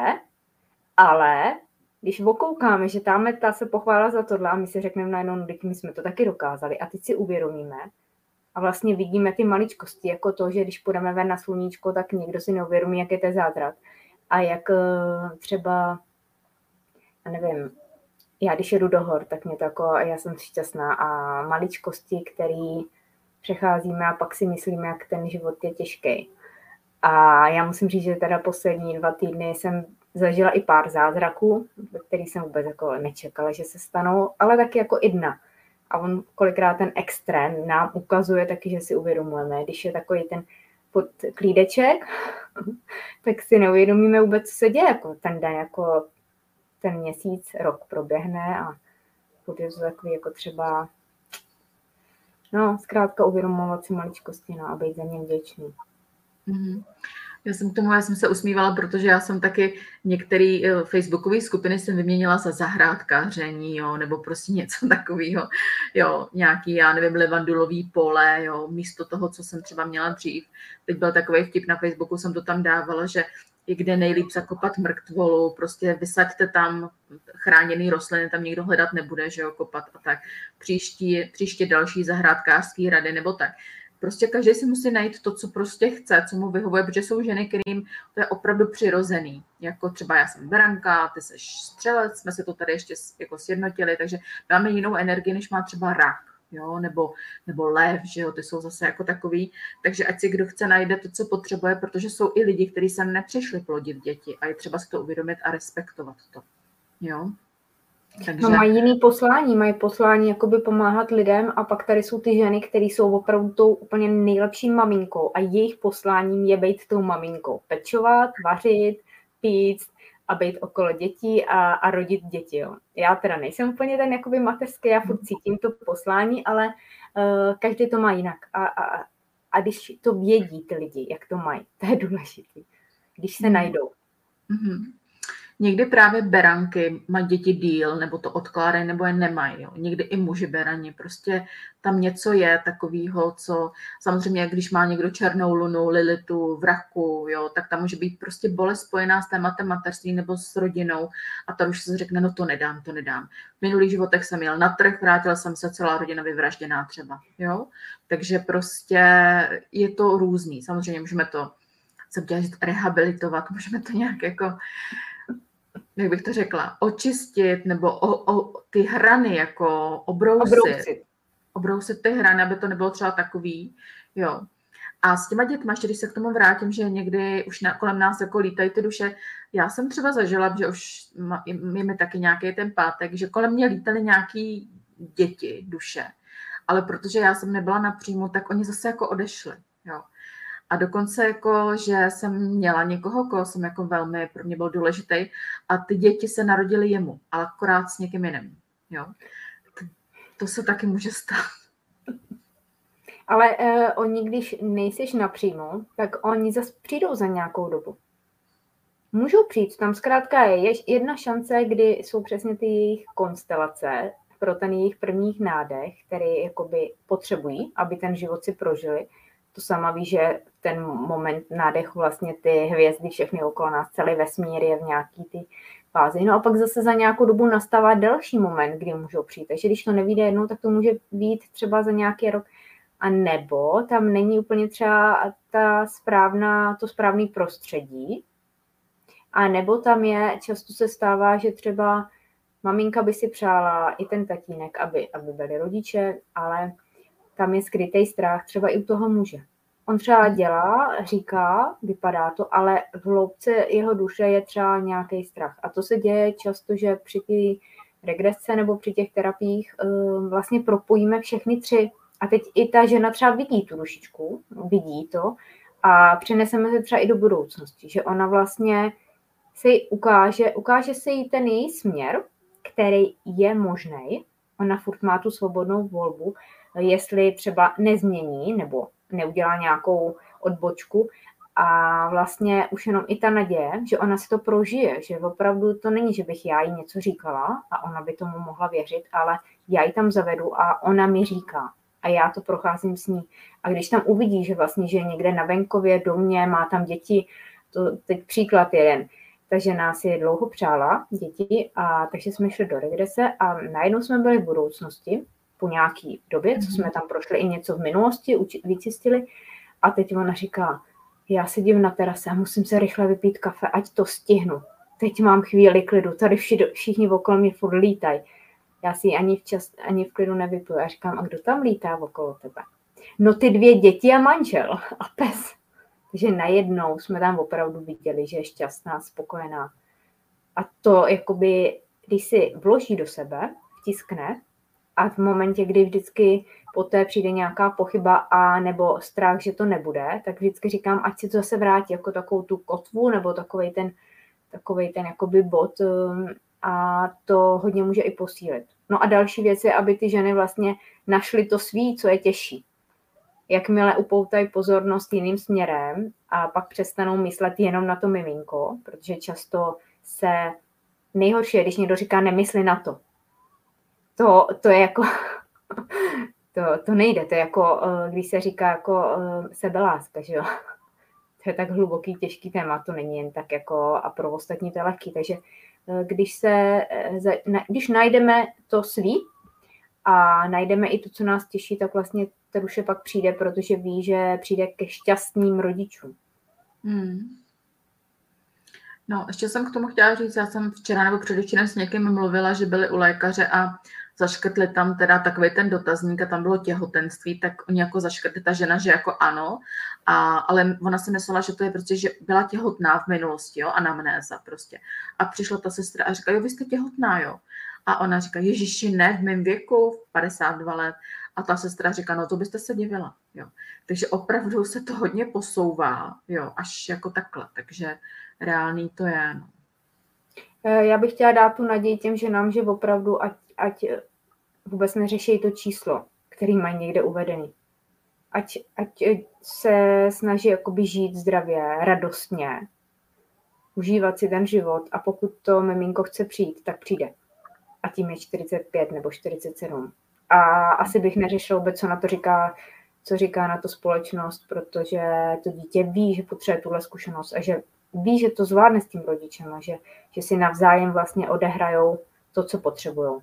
ale když okoukáme, že ta se pochválila za tohle a my si řekneme najednou, teď my jsme to taky dokázali a teď si uvědomíme a vlastně vidíme ty maličkosti, jako to, že když půjdeme ven na sluníčko, tak někdo si neuvědomí, jak je to zázrak. A jak třeba, já nevím, já když jedu do hor, tak mě to jako, já jsem šťastná a maličkosti, který přecházíme a pak si myslíme, jak ten život je těžký. A já musím říct, že teda poslední 2 týdny jsem zažila i pár zázraků, který jsem vůbec jako nečekala, že se stanou, ale taky jako i dna. A on kolikrát ten extrém nám ukazuje taky, že si uvědomujeme, když je takový ten klídeček, tak si neuvědomíme vůbec, co se děje, jako ten den, jako ten měsíc, rok proběhne a je to takový jako třeba, no, zkrátka uvědomovat si maličkosti, no, a být za ně vděčný. Mm-hmm. Já jsem se usmívala, protože já jsem taky některé facebookové skupiny jsem vyměnila za zahrádkaření, jo, nebo prostě něco takového, jo, nějaký, já nevím, levandulový pole, jo, místo toho, co jsem třeba měla dřív. Teď byl takový vtip na Facebooku, jsem to tam dávala, že je kde nejlíp zakopat mrtvolu, prostě vysaďte tam chráněný rostliny, tam nikdo hledat nebude, že jo, kopat a tak. Příště další zahrádkářský rady nebo tak. Prostě každý si musí najít to, co prostě chce, co mu vyhovuje, protože jsou ženy, kterým to je opravdu přirozený. Jako třeba já jsem beranka, ty seš střelec, jsme se to tady ještě jako sjednotili, takže máme jinou energii, než má třeba rak, jo, nebo lev, že jo, ty jsou zase jako takový. Takže ať si kdo chce najde to, co potřebuje, protože jsou i lidi, kteří sem nepřišli plodit děti a je třeba si to uvědomit a respektovat to, jo. Takže... No, mají poslání jakoby pomáhat lidem a pak tady jsou ty ženy, které jsou opravdu tou úplně nejlepší maminkou a jejich posláním je být tou maminkou. Pečovat, vařit, pít a být okolo dětí a rodit děti. Jo. Já teda nejsem úplně ten jakoby mateřský, já furt cítím to poslání, ale každý to má jinak. A když to vědí ty lidi, jak to mají, to je důležité, když se najdou. Mm-hmm. Někdy právě beranky mají děti díl, nebo to odkládají, nebo je nemají. Jo. Někdy i muži berani. Prostě tam něco je takového, co samozřejmě, když má někdo černou lunu, Lilitu, vrachu, jo, tak tam může být prostě bolest spojená s tématem mateřství nebo s rodinou a tam už se řekne, no to nedám. V minulých životech jsem jel na trh, vrátila jsem se, celá rodina vyvražděná třeba. Jo. Takže prostě je to různý. Samozřejmě můžeme to, jsem chtěla říct, rehabilitovat, můžeme to nějak jako... jak bych to řekla, očistit nebo ty hrany jako obrousit ty hrany, aby to nebylo třeba takový, jo. A s těma dětma, ještě když se k tomu vrátím, že někdy už kolem nás jako lítají ty duše, já jsem třeba zažila, že už je mi taky nějaký ten pátek, že kolem mě lítaly nějaký děti, duše, ale protože já jsem nebyla napřímo, tak oni zase jako odešli, jo. A dokonce jako, že jsem měla někoho, koho jsem jako velmi, pro mě byl důležitý a ty děti se narodily jemu, ale akorát s někým jiným. Jo? To se taky může stát. Ale oni, když nejseš napřímo, tak oni zase přijdou za nějakou dobu. Můžou přijít, tam zkrátka je jedna šance, kdy jsou přesně ty jejich konstelace pro ten jejich prvních nádech, který jakoby potřebují, aby ten život si prožili. To sama ví, že ten moment nádechu vlastně ty hvězdy, všechny okolo nás, celý vesmír je v nějaký ty fázi. No a pak zase za nějakou dobu nastává další moment, kdy můžou přijít. Takže když to nevyjde jednou, tak to může být třeba za nějaký rok. A nebo tam není úplně třeba to správné prostředí, a nebo tam často se stává, že třeba maminka by si přála i ten tatínek, aby byli rodiče, ale tam je skrytý strach, třeba i u toho muže. On třeba dělá, říká, vypadá to, ale v hloubce jeho duše je třeba nějaký strach. A to se děje často, že při té regresce nebo při těch terapiích vlastně propojíme všechny tři. A teď i ta žena třeba vidí tu dušičku, vidí to a přeneseme se třeba i do budoucnosti, že ona vlastně se jí ukáže se jí ten její směr, který je možný. Ona furt má tu svobodnou volbu, jestli třeba nezmění nebo neudělá nějakou odbočku a vlastně už jenom i ta naděje, že ona si to prožije, že opravdu to není, že bych já jí něco říkala a ona by tomu mohla věřit, ale já ji tam zavedu a ona mi říká a já to procházím s ní. A když tam uvidí, že vlastně že je někde na venkově domě, má tam děti, to teď příklad jeden, ta žena si dlouho přála děti a takže jsme šli do regrese a najednou jsme byli v budoucnosti po nějaký době, co jsme tam prošli i něco v minulosti, vyčistili a teď ona říká, já sedím na terase a musím se rychle vypít kafe, ať to stihnu. Teď mám chvíli klidu, tady všichni okolo mě furt lítají. Já si ji ani v klidu nevypiju. A říkám, a kdo tam lítá okolo tebe? No ty 2 děti a manžel a pes. Takže najednou jsme tam opravdu viděli, že je šťastná, spokojená. A to jakoby, když si vloží do sebe, vtiskne a v momentě, kdy vždycky poté přijde nějaká pochyba a nebo strach, že to nebude, tak vždycky říkám, ať si to zase vrátí jako takovou tu kotvu nebo takovej ten jakoby bod a to hodně může i posílit. No a další věc je, aby ty ženy vlastně našly to svý, co je těžší. Jakmile upoutají pozornost jiným směrem a pak přestanou myslet jenom na to miminko, protože často se nejhorší je, když někdo říká nemysli na to. To je jako, to nejde, to je jako, když se říká jako sebeláska, že jo. To je tak hluboký, těžký téma, to není jen tak jako a pro ostatní to je lehký, takže když najdeme to svý a najdeme i to, co nás těší, tak vlastně ta duše pak přijde, protože ví, že přijde ke šťastným rodičům. No, ještě jsem k tomu chtěla říct, já jsem včera nebo předevčírem s někým mluvila, že byli u lékaře a zaškrtli tam teda takový ten dotazník a tam bylo těhotenství, tak oni jako zaškrtli ta žena, že jako ano, ale ona si myslela, že to je prostě, že byla těhotná v minulosti, jo, anamnéza prostě. A přišla ta sestra a říká, jo, vy jste těhotná, jo. A ona říká, ježiši, ne, v mém věku, 52 let. A ta sestra říká, no to byste se divila, jo. Takže opravdu se to hodně posouvá, jo, až jako takhle, takže reálný to je, no. Já bych chtěla dát tu naději těm ženám, že opravdu ať vůbec neřeší to číslo, který mají někde uvedený. Ať se snaží jakoby žít zdravě, radostně, užívat si ten život a pokud to miminko chce přijít, tak přijde. A tím je 45 nebo 47. A asi bych neřešila vůbec, co říká na to společnost, protože to dítě ví, že potřebuje tuhle zkušenost a že ví, že to zvládne s tím rodičem a že si navzájem vlastně odehrajou to, co potřebujou.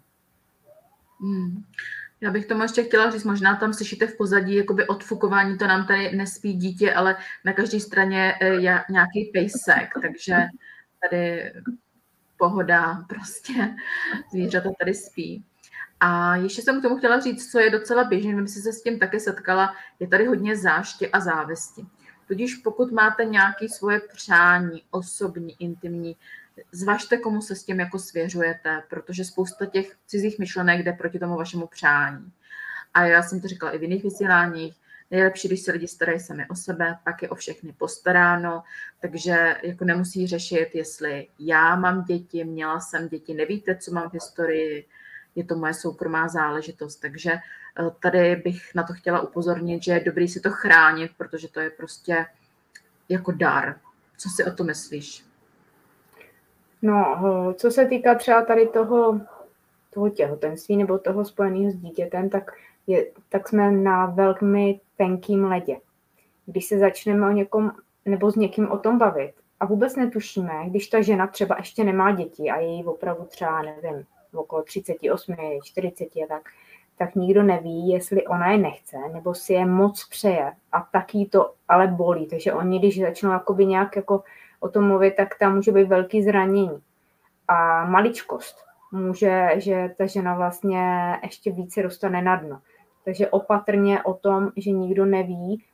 Já bych tomu ještě chtěla říct, možná tam slyšíte v pozadí jakoby odfukování, to nám tady nespí dítě, ale na každé straně je nějaký pejsek, takže tady pohoda, prostě zvířata tady spí. A ještě jsem k tomu chtěla říct, co je docela běžné, vím, si se s tím taky setkala, je tady hodně zášti a závisti. Tudíž pokud máte nějaké svoje přání, osobní, intimní, zvažte, komu se s tím jako svěřujete, protože spousta těch cizích myšlenek jde proti tomu vašemu přání. A já jsem to říkala i v jiných vysíláních, nejlepší, když se lidi starají sami o sebe, pak je o všechny postaráno, takže jako nemusí řešit, jestli já mám děti, měla jsem děti, nevíte, co mám v historii, je to moje soukromá záležitost, takže tady bych na to chtěla upozornit, že je dobrý si to chránit, protože to je prostě jako dar. Co si o to myslíš? No, co se týká třeba tady toho těhotenství nebo toho spojeného s dítětem, tak jsme na velmi tenkým ledě. Když se začneme o někom nebo s někým o tom bavit a vůbec netušíme, když ta žena třeba ještě nemá děti a je jí opravdu třeba, nevím, okolo 38, 40 a tak nikdo neví, jestli ona je nechce, nebo si je moc přeje a tak jí to ale bolí. Takže oni, když začnou jakoby nějak jako o tom mluvit, tak tam může být velký zranění. A maličkost může, že ta žena vlastně ještě více dostane na dno. Takže opatrně o tom, že nikdo neví,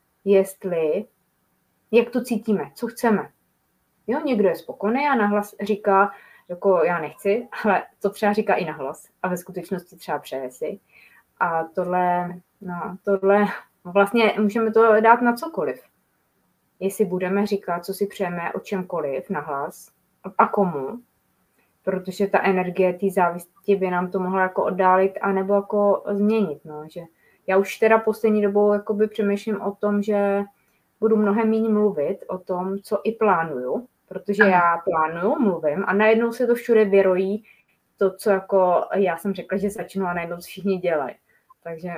jak to cítíme, co chceme. Jo, někdo je spokojený a nahlas říká, jako já nechci, ale to třeba říká i nahlas a ve skutečnosti třeba přeje si. A tohle vlastně můžeme to dát na cokoliv. Jestli budeme říkat, co si přejeme o čemkoliv nahlas a komu, protože ta energie té závisti by nám to mohla jako oddálit anebo jako změnit. No. Že já už teda poslední dobou jakoby přemýšlím o tom, že budu mnohem méně mluvit o tom, co i plánuju, protože já plánuju, mluvím a najednou se to všude vyrojí to, co jako já jsem řekla, že začnu a najednou všichni dělají. Takže...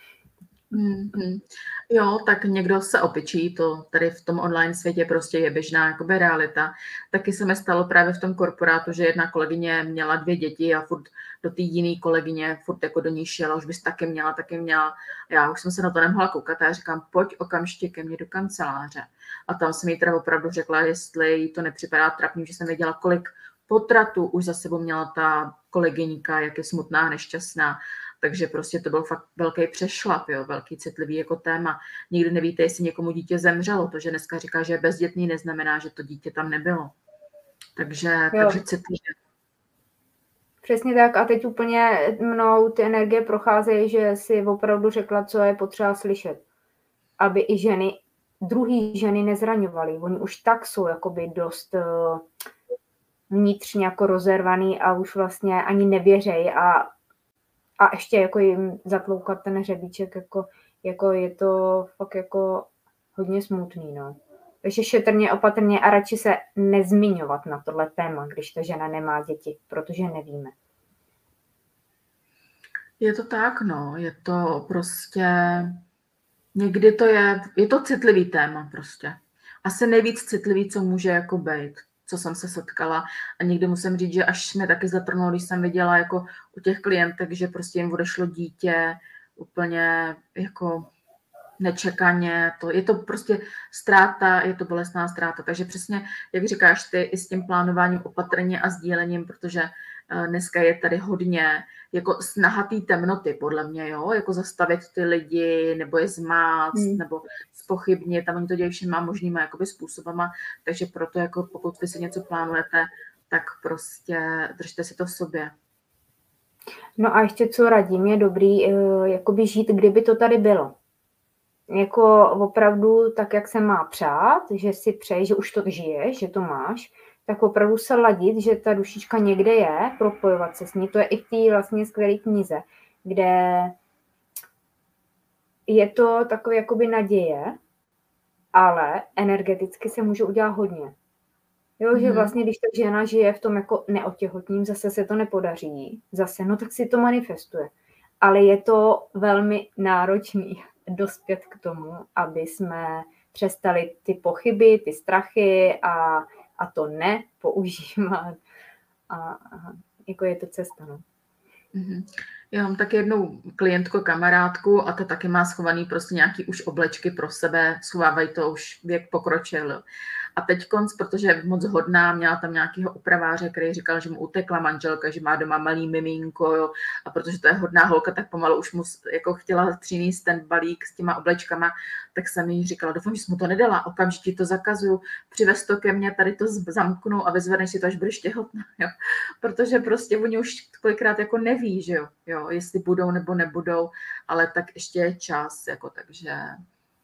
Jo, tak někdo se opičí, to tady v tom online světě prostě je běžná jakoby realita. Taky se mi stalo právě v tom korporátu, že jedna kolegyně měla 2 děti a furt do té jiné kolegyně furt jako do ní šela, už bys taky měla. Já už jsem se na to nemohla koukat a já říkám, pojď okamžitě ke mně do kanceláře. A tam jsem jí teda opravdu řekla, jestli jí to nepřipadá trapný, že jsem věděla, kolik potratů už za sebou měla ta kolegyňka, jak je smutná, nešťastná. Takže prostě to byl fakt velký přešlap, jo, velký citlivý jako téma. Nikdy nevíte, jestli někomu dítě zemřelo. To, že dneska říká, že je bezdětný, neznamená, že to dítě tam nebylo. Takže citlivě. Přesně tak a teď úplně mnou ty energie procházejí, že si opravdu řekla, co je potřeba slyšet. Aby i druhý ženy nezraňovaly. Oni už tak jsou jakoby dost vnitřně jako rozervaný a už vlastně ani nevěřejí a ještě jako jim zatloukat ten hřebíček, jako je to fakt jako hodně smutný, no. Takže šetrně, opatrně a radši se nezmiňovat na tohle téma, když ta žena nemá děti, protože nevíme. Je to tak, no. Je to prostě... Někdy je to citlivý téma prostě. Asi nejvíc citlivý, co může jako být, co jsem se setkala. A někdy musím říct, že až mě taky zatrnulo, když jsem viděla jako u těch klientek, že prostě jim odešlo dítě úplně jako nečekaně. Je to prostě ztráta, je to bolestná ztráta. Takže přesně, jak říkáš ty, i s tím plánováním opatrně a sdílením, protože dneska je tady hodně jako snaha té temnoty, podle mě, jo, jako zastavit ty lidi, nebo je zmáct, nebo zpochybnit, tam oni to dělají všema možnýma jakoby způsobama, takže proto, jako pokud vy si něco plánujete, tak prostě držte si to v sobě. No a ještě co radím, je dobrý jakoby žít, kdyby to tady bylo. Jako opravdu tak, jak se má přát, že si přeji, že už to žiješ, že to máš, tak opravdu se ladit, že ta dušička někde je, propojovat se s ní. To je i v té vlastně skvělé knize, kde je to takové jakoby naděje, ale energeticky se může udělat hodně. Jo, že vlastně, když ta žena žije v tom jako neotěhotním, zase se to nepodaří, no tak si to manifestuje. Ale je to velmi náročný dospět k tomu, aby jsme přestali ty pochyby, ty strachy a to nepoužívat. A jako je to cesta, no. Já mám taky jednou klientku, kamarádku a ta taky má schovaný prostě nějaký už oblečky pro sebe, schovávají to už věk pokročil. A teď protože je moc hodná, měla tam nějakého opraváře, který říkal, že mu utekla manželka, že má doma malý miminko, jo, a protože to je hodná holka, tak pomalu už mu jako chtěla přinést ten balík s těma oblečkama, tak jsem jí říkala, doufám, že jsi mu to nedala, okamžitě to zakazuju, přivez to ke mně, tady to zamknu a vyzvedneš si to, až budeš těhotná, jo. Protože prostě oni už kolikrát jako neví, že jo, jestli budou nebo nebudou, ale tak ještě je čas, jako takže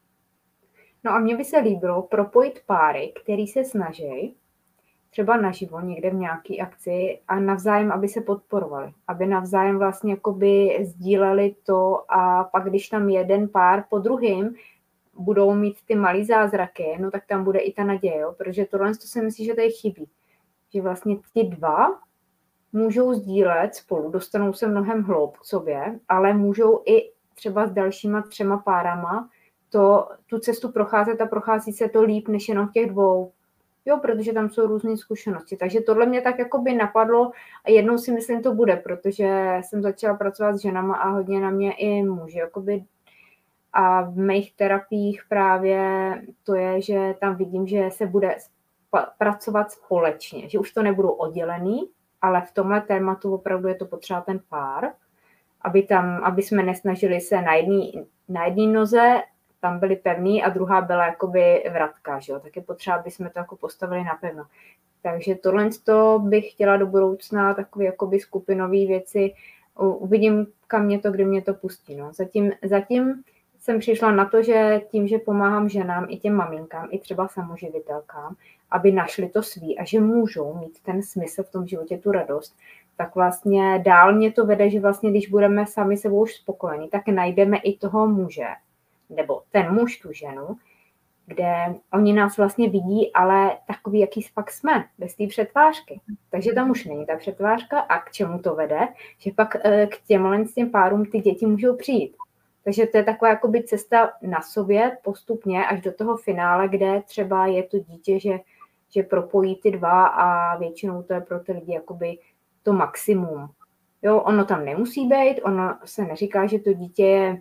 No a mně by se líbilo propojit páry, který se snaží, třeba naživo někde v nějaké akci a navzájem, aby se podporovali, aby navzájem vlastně jakoby sdíleli to a pak, když tam jeden pár po druhým budou mít ty malý zázraky, no tak tam bude i ta naděje, jo? Protože tohle to si myslím, že tady chybí. Že vlastně ti dva můžou sdílet spolu, dostanou se mnohem hloub k sobě, ale můžou i třeba s dalšíma 3 párama tu cestu procházet a prochází se to líp, než jenom v těch 2. Jo, protože tam jsou různé zkušenosti. Takže tohle mě tak jako by napadlo a jednou si myslím, to bude, protože jsem začala pracovat s ženama a hodně na mě i muži. Jakoby. A v mých terapiích právě to je, že tam vidím, že se bude pracovat společně, že už to nebudou oddělený, ale v tomhle tématu opravdu je to potřeba ten pár, aby jsme nesnažili se na jedné noze, tam byly pevný a druhá byla jakoby vratka, že jo? Tak je potřeba, aby jsme to jako postavili napevno. Takže tohle bych chtěla do budoucna, takové jakoby skupinové věci, uvidím, kam mě to, kdy mě to pustí. No. Zatím jsem přišla na to, že tím, že pomáhám ženám i těm maminkám, i třeba samoživitelkám, aby našli to svý a že můžou mít ten smysl v tom životě, tu radost, tak vlastně dál mě to vede, že vlastně, když budeme sami sebou už spokojení, tak najdeme i toho muže, nebo ten muž tu ženu, kde oni nás vlastně vidí, ale takový, jaký fakt jsme, bez té přetvářky. Takže tam už není ta přetvářka a k čemu to vede, že pak k těm párům ty děti můžou přijít. Takže to je taková jakoby cesta na sobě postupně až do toho finále, kde třeba je to dítě, že propojí ty 2 a většinou to je pro ty lidi jakoby to maximum. Jo, ono tam nemusí být, ono se neříká, že to dítě je,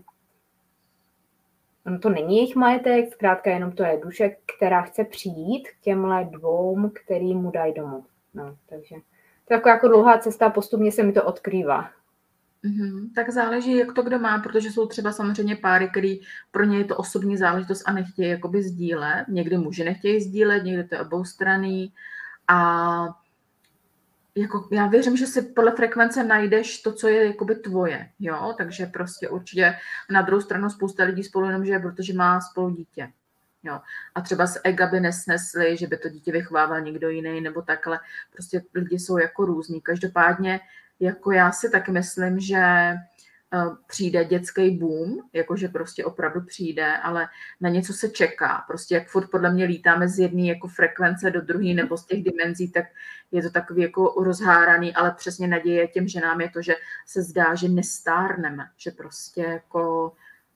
ono to není jejich majetek, zkrátka jenom to je duše, která chce přijít k těmhle 2, který mu dají domů. No, takže to je jako dlouhá cesta, postupně se mi to odkrývá. Tak záleží, jak to kdo má, protože jsou třeba samozřejmě páry, který pro ně je to osobní záležitost a nechtějí jakoby sdílet. Někdy muži nechtějí sdílet, někdy to je oboustranný. A jako já věřím, že si podle frekvence najdeš to, co je jakoby tvoje, jo, takže prostě určitě na druhou stranu spousta lidí spolu jenom žije, protože má spolu dítě, jo, a třeba z ega by nesnesli, že by to dítě vychovával někdo jiný, nebo takhle, prostě lidi jsou jako různí, každopádně jako já si taky myslím, že přijde dětský boom, jakože prostě opravdu přijde, ale na něco se čeká. Prostě jak furt podle mě lítáme z jedné jako frekvence do druhé nebo z těch dimenzí, tak je to takový jako rozháraný, ale přesně naděje těm ženám je to, že se zdá, že nestárneme, že prostě jako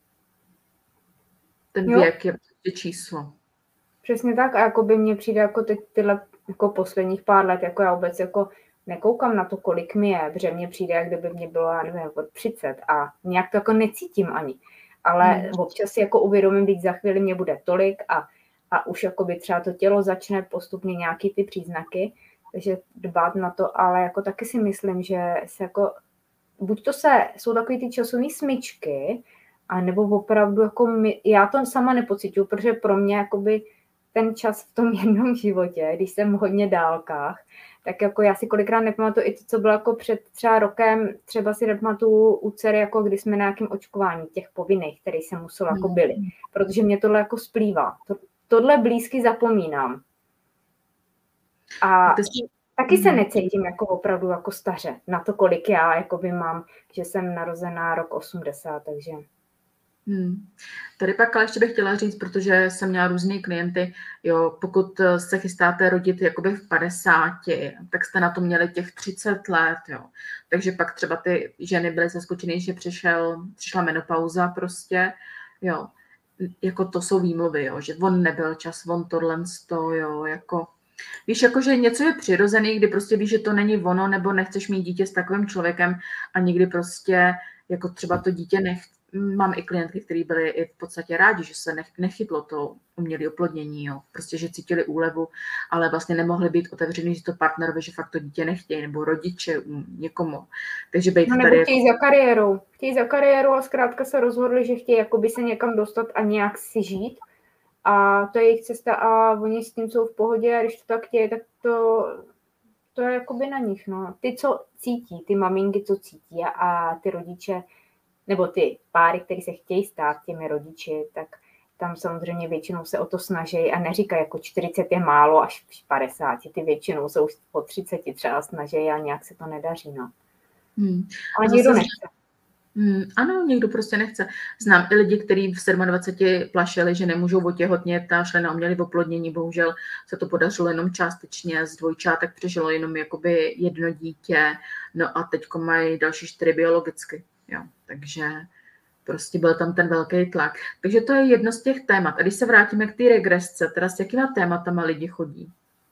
ten věk je prostě číslo. Přesně tak a jako by mně přijde jako teď tyhle jako posledních pár let, jako já vůbec jako nekoukám na to, kolik mi je, protože mně přijde, jak kdyby mě bylo, já nevím, od 30 a nějak to jako necítím ani. Ale občas si jako uvědomím, když za chvíli mě bude tolik a už jako by třeba to tělo začne postupně nějaký ty příznaky, takže dbát na to, ale jako taky si myslím, že se jako, buď to jsou takový ty časové smyčky, a nebo opravdu jako já to sama nepocituju, protože pro mě jakoby ten čas v tom jednom životě, když jsem v hodně dálkách, tak jako já si kolikrát nepamatuju i to, co bylo jako před třeba rokem, třeba si nepamatuju u dcery, jako když jsme na nějakém očkování těch povinných, které jsem musela jako byly, protože mě tohle jako splývá. Tohle blízky zapomínám. A taky se necítím jako opravdu jako staře na to, kolik já jakoby mám, že jsem narozená rok 80, takže... Tady pak ale ještě bych chtěla říct, protože jsem měla různý klienty, jo, pokud se chystáte rodit jakoby v 50, tak jste na to měli těch 30 let, jo. Takže pak třeba ty ženy byly zaskočené, že přišla menopauza prostě, jo. Jako to jsou výmluvy, jo, že on nebyl čas, on tohle, jo, jako... Víš, jakože něco je přirozený, kdy prostě víš, že to není ono, nebo nechceš mít dítě s takovým člověkem a někdy prostě jako třeba to dítě mám i klientky, které byly i v podstatě rádi, že se nechytlo to umělé oplodnění, jo. Prostě, že cítili úlevu, ale vlastně nemohli být otevřený že to partnerovi, že fakt to dítě nechtějí, nebo rodiče někomu. Takže být nebo tady chtějí za kariérou a zkrátka se rozhodli, že chtějí jakoby se někam dostat a nějak si žít. A to je jejich cesta a oni s tím jsou v pohodě a když to tak chtějí, tak to je jakoby na nich. No. Ty, co cítí, ty maminky, co cítí a ty rodiče, nebo ty páry, které se chtějí stát těmi rodiči, tak tam samozřejmě většinou se o to snaží a neříkají, jako 40 je málo až 50. Ty většinou jsou po 30 třeba snaží a nějak se to nedaří. No. Ale někdo nechce. Ano, někdo prostě nechce. Znám i lidi, kteří v 27 plašili, že nemůžou otěhotnět a šli na umělé oplodnění. Bohužel se to podařilo jenom částečně. Z dvojčátek přežilo jenom jakoby jedno dítě. No a teďko mají další 4 biologicky. Jo, takže prostě byl tam ten velký tlak. Takže to je jedno z těch témat. A když se vrátíme k té regresce, teda s jakýma tématama lidi chodí?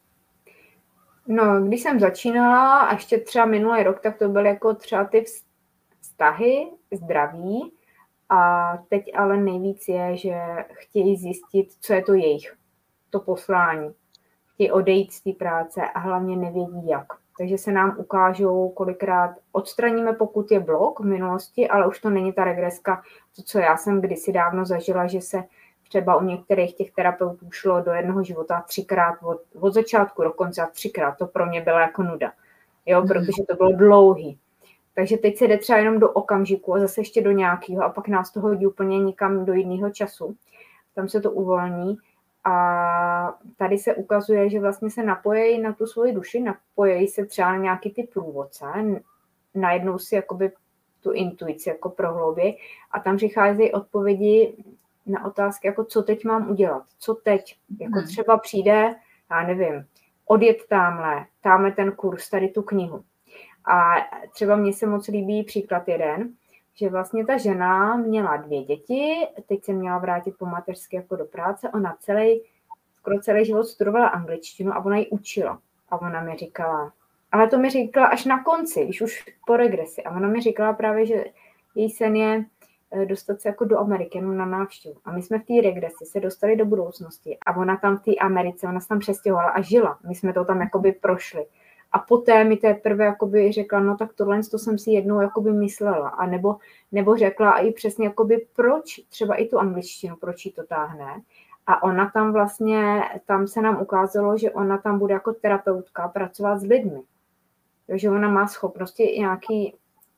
No, když jsem začínala, a ještě třeba minulý rok, tak to byly jako třeba ty vztahy, zdraví. A teď ale nejvíc je, že chtějí zjistit, co je to jejich, to poslání. Chtějí odejít z té práce a hlavně nevědí jak. Takže se nám ukážou, kolikrát odstraníme, pokud je blok v minulosti, ale už to není ta regreska, to, co já jsem kdysi dávno zažila, že se třeba u některých těch terapeutů šlo do jednoho života 3krát od začátku do konce a 3krát. To pro mě byla jako nuda, jo, protože to bylo dlouhý. Takže teď se jde třeba jenom do okamžiku a zase ještě do nějakého a pak nás to hodí úplně někam do jiného času. Tam se to uvolní a tady se ukazuje, že vlastně se napojejí na tu svoji duši, napojejí se třeba na nějaký ty průvodce, najednou si jakoby tu intuici jako prohloubí a tam přicházejí odpovědi na otázky, jako co teď mám udělat, co teď, jako třeba přijde, já nevím, odjet tamhle ten kurz, tady tu knihu. A třeba mně se moc líbí příklad jeden, že vlastně ta žena měla 2 děti, teď se měla vrátit po mateřské jako do práce, ona skoro celý život studovala angličtinu a ona ji učila. A ona mi říkala, ale to mi říkala až na konci, když už po regresi. A ona mi říkala právě, že její sen je dostat se jako do Ameriky, jenom na návštěvu. A my jsme v té regresi se dostali do budoucnosti a ona tam v té Americe, ona se tam přestěhovala a žila. My jsme to tam jakoby prošli. A poté mi teprve jakoby řekla, no tak tohle to jsem si jednou jakoby myslela. A nebo řekla i přesně jakoby proč, třeba i tu angličtinu, proč jí to táhne. A ona tam vlastně, tam se nám ukázalo, že ona tam bude jako terapeutka pracovat s lidmi. Takže ona má schopnosti nějaký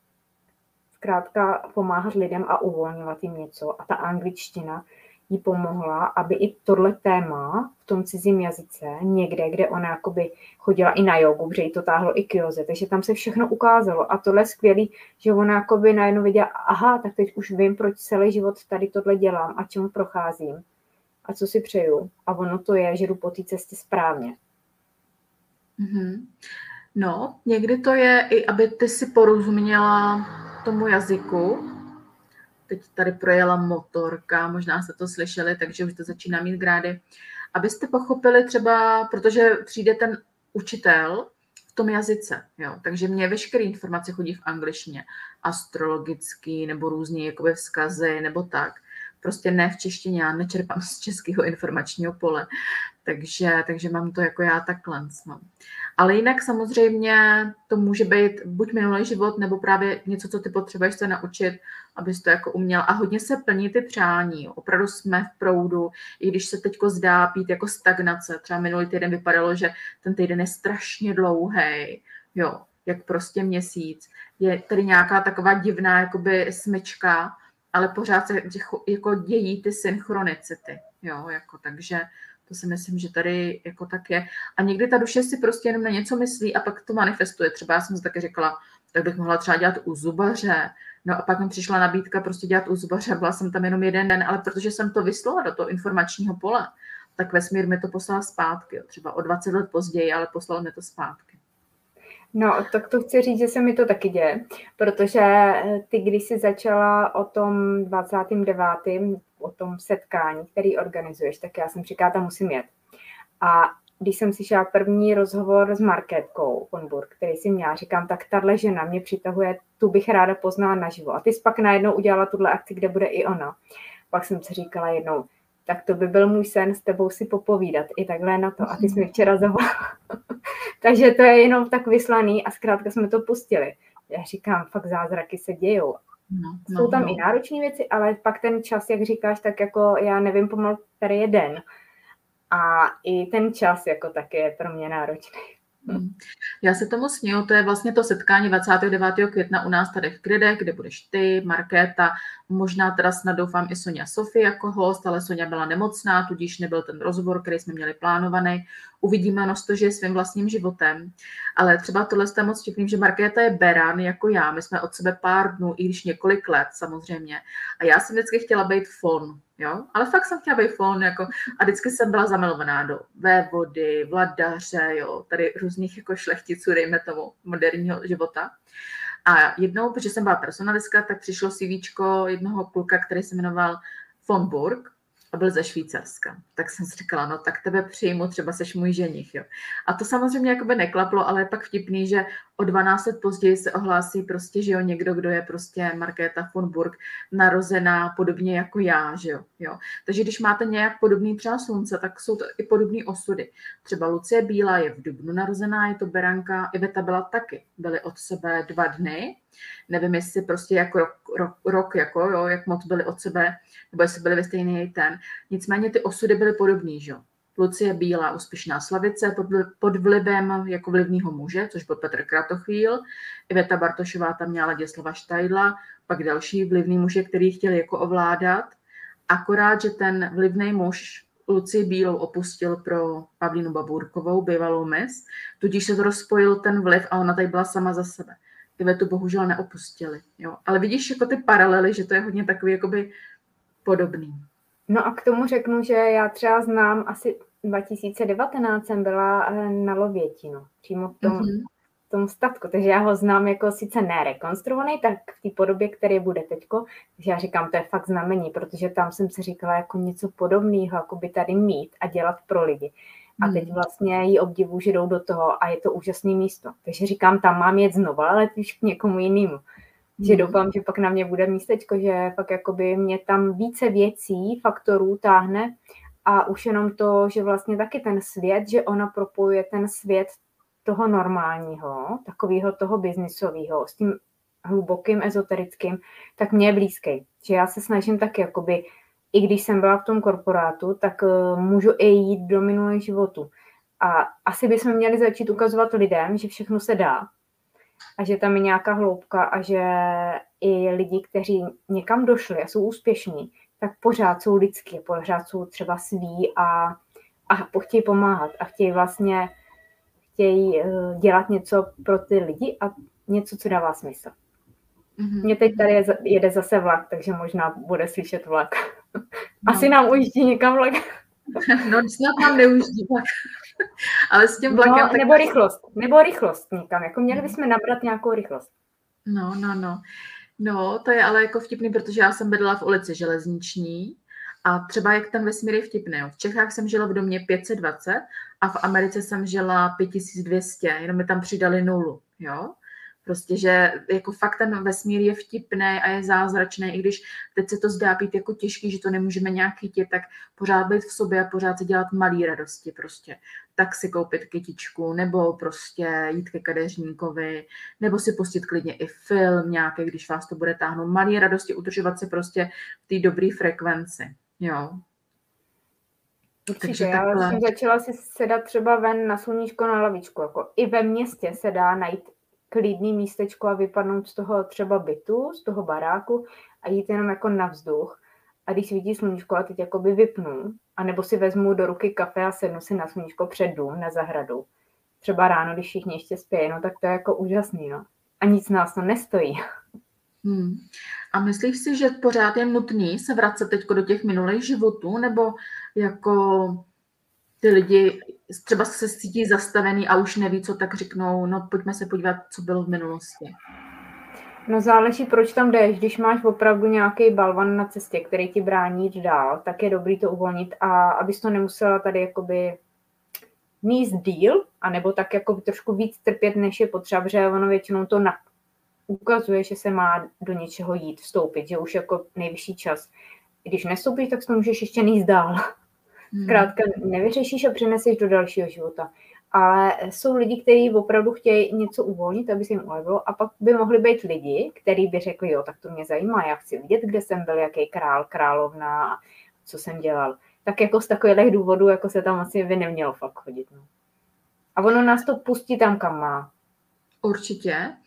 zkrátka pomáhat lidem a uvolňovat jim něco. A ta angličtina jí pomohla, aby i tohle téma v tom cizím jazyce, někde, kde ona jakoby chodila i na jogu, protože jí to táhlo i k józe, takže tam se všechno ukázalo. A tohle je skvělý, že ona jakoby najednou viděla, aha, tak teď už vím, proč celý život tady tohle dělám a čemu procházím a co si přeju. A ono to je, že jdu po té cestě správně. No, někdy to je i, aby ty si porozuměla tomu jazyku. Teď tady projela motorka, možná jste to slyšeli, takže už to začíná mít grády. Abyste pochopili třeba, protože přijde ten učitel v tom jazyce, jo, takže mě veškeré informace chodí v angličtině, astrologický nebo různý jakoby vzkazy nebo tak. Prostě ne v češtině, já nečerpám z českého informačního pole, takže mám to jako já takhle. No. Ale jinak samozřejmě to může být buď minulý život, nebo právě něco, co ty potřebuješ se naučit, abys to jako uměl. A hodně se plní ty přání. Opravdu jsme v proudu, i když se teďko zdá být jako stagnace. Třeba minulý týden vypadalo, že ten týden je strašně dlouhý, jo, jak prostě měsíc. Je tady nějaká taková divná jakoby smyčka, ale pořád se jako dějí ty synchronicity, jo, jako takže to si myslím, že tady jako tak je. A někdy ta duše si prostě jenom na něco myslí a pak to manifestuje. Třeba já jsem si taky říkala, tak bych mohla třeba dělat u zubaře. No a pak mi přišla nabídka prostě dělat u zubaře. Byla jsem tam jenom 1 den, ale protože jsem to vyslala do toho informačního pole, tak vesmír mi to poslal zpátky. Jo. Třeba o 20 let později, ale poslal mi to zpátky. No, tak to chci říct, že se mi to taky děje, protože ty, když jsi začala o tom 29. o tom setkání, který organizuješ, tak já jsem říkala, tam musím jet. A když jsem si šla první rozhovor s Markétkou von Burg, který si měla, říkám, tak tahle žena mě přitahuje, tu bych ráda poznala naživo. A ty jsi pak najednou udělala tuhle akci, kde bude i ona. Pak jsem si říkala jednou, tak to by byl můj sen s tebou si popovídat i takhle na to. A ty jsi mi včera zavolala. Takže to je jenom tak vyslaný a zkrátka jsme to pustili. Já říkám, fakt zázraky se dějou. Jsou tam i náročné věci, ale pak ten čas, jak říkáš, tak jako já nevím pomalu, který je den. A i ten čas jako taky je pro mě náročný. Já se tomu směju, to je vlastně to setkání 29. května u nás tady v Gridech, kde budeš ty, Markéta, možná teda snad doufám i Sonja Sofie jako host, ale Sonja byla nemocná, tudíž nebyl ten rozhovor, který jsme měli plánovaný. Uvidíme, no to žije svým vlastním životem. Ale třeba tohle je moc vtipný, že Markéta je beran jako já. My jsme od sebe pár dnů, i když několik let samozřejmě. A já jsem vždycky chtěla být fon, jo? Ale fakt jsem chtěla být fon, jako, a vždycky jsem byla zamilovaná do vévody, vladaře, jo? Tady různých jako šlechticů, dejme tomu, moderního života. A jednou, protože jsem byla personalistka, tak přišlo CVčko jednoho kluka, který se jmenoval von Burg a byl ze Švýcarska. Tak jsem si říkala, no tak tebe přijmu, třeba seš můj ženich. Jo. A to samozřejmě jakoby neklaplo, ale je pak vtipný, že o 12 let později se ohlásí prostě, že jo, někdo, kdo je prostě Markéta von Burg, narozená podobně jako já, že jo. Jo. Takže když máte nějak podobný třeba slunce, tak jsou to i podobné osudy. Třeba Lucie Bílá je v dubnu narozená, je to beranka, Iveta byla taky, byly od sebe 2 dny. Nevím, jestli prostě jako rok jako, jo, jak moc byli od sebe, nebo jestli byli ve stejný ten. Nicméně ty osudy byly podobný, že jo. Lucie Bílá, úspěšná slavice, pod vlivem jako vlivného muže, což byl Petr Kratochvíl. Iveta Bartošová tam měla Ladislava Štajdla, pak další vlivný muže, který chtěli jako ovládat. Akorát, že ten vlivný muž Lucii Bílou opustil pro Pavlínu Babůrkovou, bývalou mis, tudíž se to rozpojil ten vliv a ona tady byla sama za sebe. Ivetu bohužel neopustili. Jo. Ale vidíš jako ty paralely, že to je hodně takový jakoby podobný. No a k tomu řeknu, že já třeba znám asi 2019 jsem byla na Lovětinu, přímo v tom statku, takže já ho znám jako sice nerekonstruovaný, tak v té podobě, který bude teďko, takže já říkám, to je fakt znamení, protože tam jsem si říkala jako něco podobného, jako by tady mít a dělat pro lidi. A teď vlastně jí obdivu, že jdou do toho a je to úžasné místo. Takže říkám, tam mám jet znova, ale už k někomu jinému. Že doufám, že pak na mě bude místečko, že pak jakoby mě tam více věcí, faktorů táhne a už jenom to, že vlastně taky ten svět, že ona propojuje ten svět toho normálního, takového toho biznisového s tím hlubokým, ezoterickým, tak mě je blízký. Že já se snažím taky jakoby, i když jsem byla v tom korporátu, tak můžu i jít do minulého životu. A asi bychom měli začít ukazovat lidem, že všechno se dá. A že tam je nějaká hloubka a že i lidi, kteří někam došli a jsou úspěšní, tak pořád jsou lidský, pořád jsou třeba sví a chtějí pomáhat a chtějí dělat něco pro ty lidi a něco, co dává smysl. Mně teď tady jede zase vlak, takže možná bude slyšet vlak. Asi nám ujíždí někam vlak. No, snad nám neujíždí vlak. Ale s tím vlakem... No, nebo rychlost někam. Jako měli bychom nabrat nějakou rychlost. No, to je ale jako vtipný, protože já jsem bydlela v ulici Železniční a třeba jak ten vesmír je vtipný. V Čechách jsem žila v domě 520 a v Americe jsem žila 5200, jenom mi tam přidali 0, jo. Prostě, že jako fakt ten vesmír je vtipný a je zázračný, i když teď se to zdá být jako těžký, že to nemůžeme nějak chytit, tak pořád být v sobě a pořád si dělat malý radosti prostě. Tak si koupit kytičku, nebo prostě jít ke kadeřníkovi, nebo si pustit klidně i film nějaký, když vás to bude táhnout. Malý radosti, udržovat se prostě v té dobré frekvenci, jo. Určitě, já jsem začala si sedat třeba ven na sluníčko na lavičku, jako i ve městě se dá najít klidný místečko a vypadnout z toho třeba bytu, z toho baráku a jít jenom jako na vzduch. A když svítí sluníčko a teď jakoby vypnu, anebo si vezmu do ruky kafe a sednu si na sluníčko před dům, na zahradu. Třeba ráno, když všichni ještě spějí, no tak to je jako úžasný, no. A nic nás to nestojí. A myslíš si, že pořád je nutný se vracet teď do těch minulých životů, nebo jako ty lidi třeba se cítí zastavený a už neví, co, tak řeknou, no pojďme se podívat, co bylo v minulosti. No záleží, proč tam jdeš. Když máš opravdu nějaký balvan na cestě, který ti brání jít dál, tak je dobrý to uvolnit a abys to nemusela tady jakoby níst díl, anebo tak jako trošku víc trpět, než je potřeba, protože ono většinou to ukazuje, že se má do něčeho jít, vstoupit, že už jako nejvyšší čas. Když nestoupíš, tak to můžeš ještě níst dál. Zkrátka nevyřešíš a přeneseš do dalšího života. Ale jsou lidi, kteří opravdu chtějí něco uvolnit, aby se jim ulevilo a pak by mohli být lidi, kteří by řekli, jo, tak to mě zajímá, já chci vidět, kde jsem byl, jaký král, královna, co jsem dělal. Tak jako z takových důvodů, jako se tam asi by nemělo fakt chodit. No. A ono nás to pustí tam, kam má. Určitě.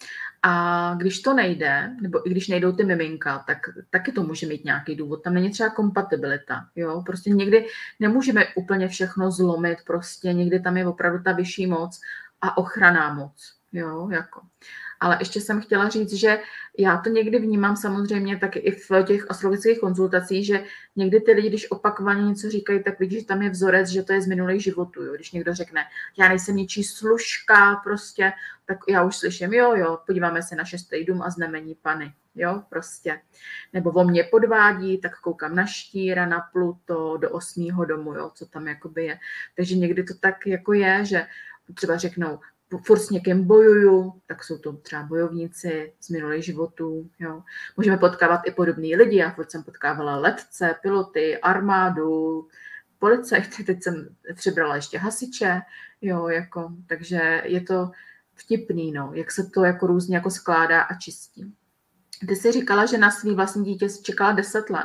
A když to nejde, nebo i když nejdou ty miminka, tak taky to může mít nějaký důvod. Tam není třeba kompatibilita. Jo? Prostě někdy nemůžeme úplně všechno zlomit, prostě někdy tam je opravdu ta vyšší moc a ochranná moc. Jo? Jako. Ale ještě jsem chtěla říct, že já to někdy vnímám samozřejmě taky i v těch astrologických konzultacích, že někdy ty lidi, když opakovaně něco říkají, tak vidí, že tam je vzorec, že to je z minulých životů. Jo? Když někdo řekne, já nejsem ničí služka, prostě, tak já už slyším, jo, podíváme se na 6. dům a znamení Pany, jo, prostě. Nebo o mě podvádí, tak koukám na Štíra, na Pluto, do 8. domu, jo, co tam jakoby je. Takže někdy to tak jako je, že třeba řeknou, furt s někým bojuju, tak jsou to třeba bojovníci z minulých životů. Jo. Můžeme potkávat i podobný lidi. Já furt jsem potkávala letce, piloty, armádu, policajty, teď jsem přibrala ještě hasiče, jo, jako, takže je to vtipný, no, jak se to jako různě jako skládá a čistí. Ty jsi říkala, že na svý vlastní dítě jsi čekala 10 let.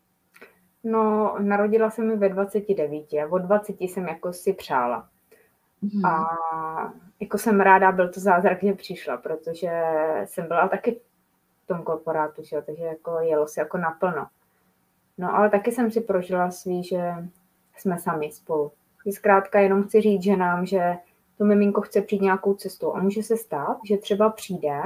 No, narodila se mi ve 29 a od 20 jsem jako si přála. A jako jsem ráda, byl to zázrak, že přišla, protože jsem byla taky v tom korporátu, že? Takže jako jelo se jako naplno. No ale taky jsem si prožila svý, že jsme sami spolu. Zkrátka jenom chci říct ženám, že to miminko chce přijít nějakou cestou a může se stát, že třeba přijde,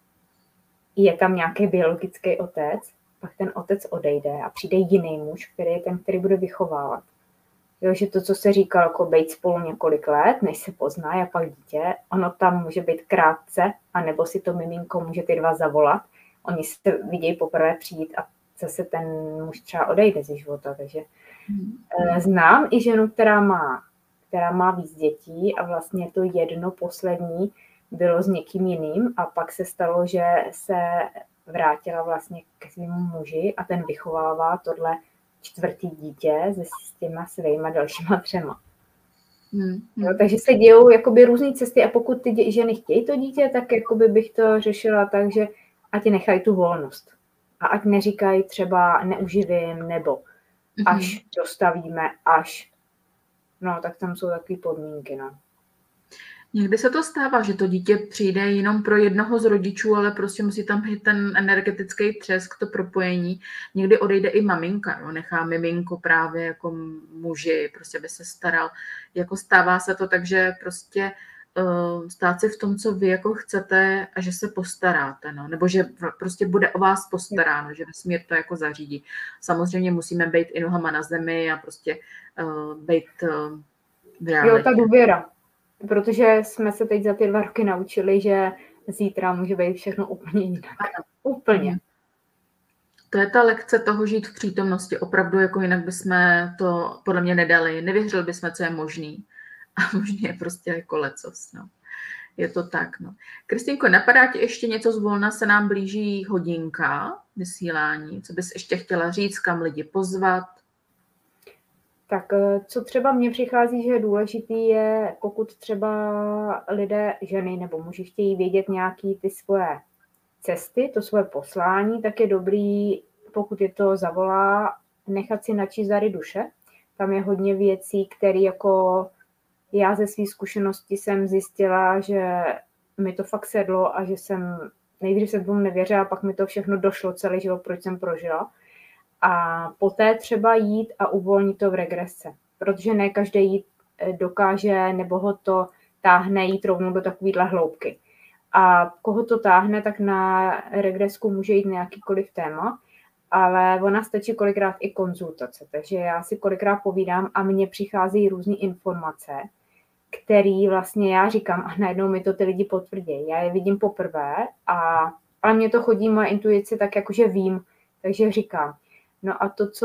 je tam nějaký biologický otec, pak ten otec odejde a přijde jiný muž, který je ten, který bude vychovávat. Jo, že to, co se říkalo, jako být spolu několik let, než se pozná a pak dítě, ono tam může být krátce, anebo si to miminko může ty dva zavolat. Oni se vidějí poprvé přijít a zase ten muž třeba odejde ze života. Takže znám i ženu, která má víc dětí a vlastně to jedno poslední bylo s někým jiným a pak se stalo, že se vrátila vlastně ke svému muži a ten vychovává tohle 4. dítě s těma svýma dalšíma 3. Jo, takže se dějou jakoby různé cesty a pokud ty ženy chtějí to dítě, tak jakoby bych to řešila tak, že ať nechají tu volnost. A ať neříkají třeba neuživím nebo až dostavíme, až. No, tak tam jsou takové podmínky, no. Někdy se to stává, že to dítě přijde jenom pro jednoho z rodičů, ale prostě musí tam být ten energetický třesk, to propojení. Někdy odejde i maminka, jo? Nechá miminko právě jako muži, prostě by se staral. Jako stává se to tak, že prostě stát si v tom, co vy jako chcete a že se postaráte, no? Nebo že prostě bude o vás postaráno, že vesmír to jako zařídí. Samozřejmě musíme být i nohama na zemi a prostě být v realitě. Jo, ta důvěra. Protože jsme se teď za ty 2 roky naučili, že zítra může být všechno úplně jinak. Úplně. To je ta lekce toho žít v přítomnosti. Opravdu jako jinak bychom to podle mě nedali. Nevěřili bychom, co je možný. A možný je prostě jako lecos. No. Je to tak. No. Kristýnko, napadá ti ještě něco zvolna? Se nám blíží hodinka vysílání. Co bys ještě chtěla říct? Kam lidi pozvat? Tak co třeba mně přichází, že je důležitý je, pokud třeba lidé, ženy nebo muži chtějí vědět nějaký ty svoje cesty, to svoje poslání, tak je dobrý, pokud je to zavolá, nechat si načíst dary duše. Tam je hodně věcí, které jako já ze své zkušenosti jsem zjistila, že mi to fakt sedlo a že nejdřív jsem tomu nevěřila, pak mi to všechno došlo celý život, proč jsem prožila. A poté třeba jít a uvolnit to v regresce, protože ne každý jít dokáže nebo ho to táhne jít rovnou do takovéhle hloubky. A koho to táhne, tak na regresku může jít nějakýkoliv téma, ale ona stačí kolikrát i konzultace. Takže já si kolikrát povídám a mně přicházejí různé informace, které vlastně já říkám a najednou mi to ty lidi potvrdí. Já je vidím poprvé, ale mně to chodí moje intuice tak jakože vím, takže říkám. No a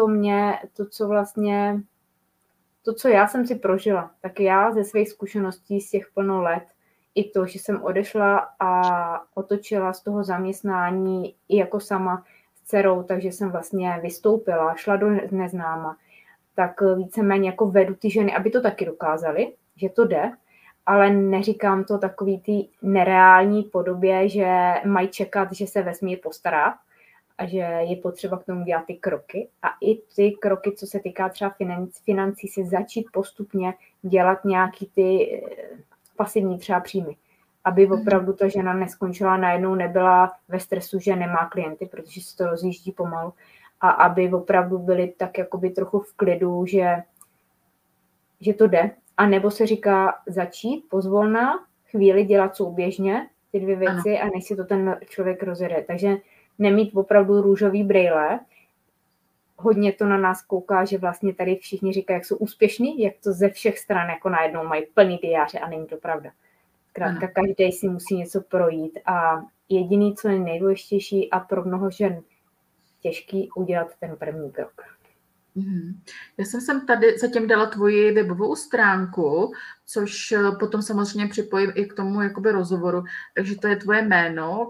to, co já jsem si prožila, tak já ze svých zkušeností z těch plno let, i to, že jsem odešla a otočila z toho zaměstnání i jako sama s dcerou, takže jsem vlastně vystoupila, šla do neznáma, tak víceméně jako vedu ty ženy, aby to taky dokázali, že to jde, ale neříkám to takový ty nereální podobě, že mají čekat, že se vesmír postará, a že je potřeba k tomu dělat ty kroky. A i ty kroky, co se týká třeba financí, si začít postupně dělat nějaký ty pasivní třeba příjmy. aby opravdu ta žena neskončila, najednou nebyla ve stresu, že nemá klienty, protože se to rozjíždí pomalu, a aby opravdu byli tak jakoby trochu v klidu, že to jde. A nebo se říká začít pozvolna, chvíli dělat souběžně ty dvě věci a než si to ten člověk rozjede. Takže nemít opravdu růžový brejle. Hodně to na nás kouká, že vlastně tady všichni říkají, jak jsou úspěšní, jak to ze všech stran jako najednou mají plný diáře a není to pravda. Zkrátka každý si musí něco projít a jediný, co je nejdůležitější a pro mnoho žen těžký, udělat ten první krok. Já jsem tady zatím dala tvoji webovou stránku, což potom samozřejmě připojím i k tomu jakoby rozhovoru. Takže to je tvoje jméno,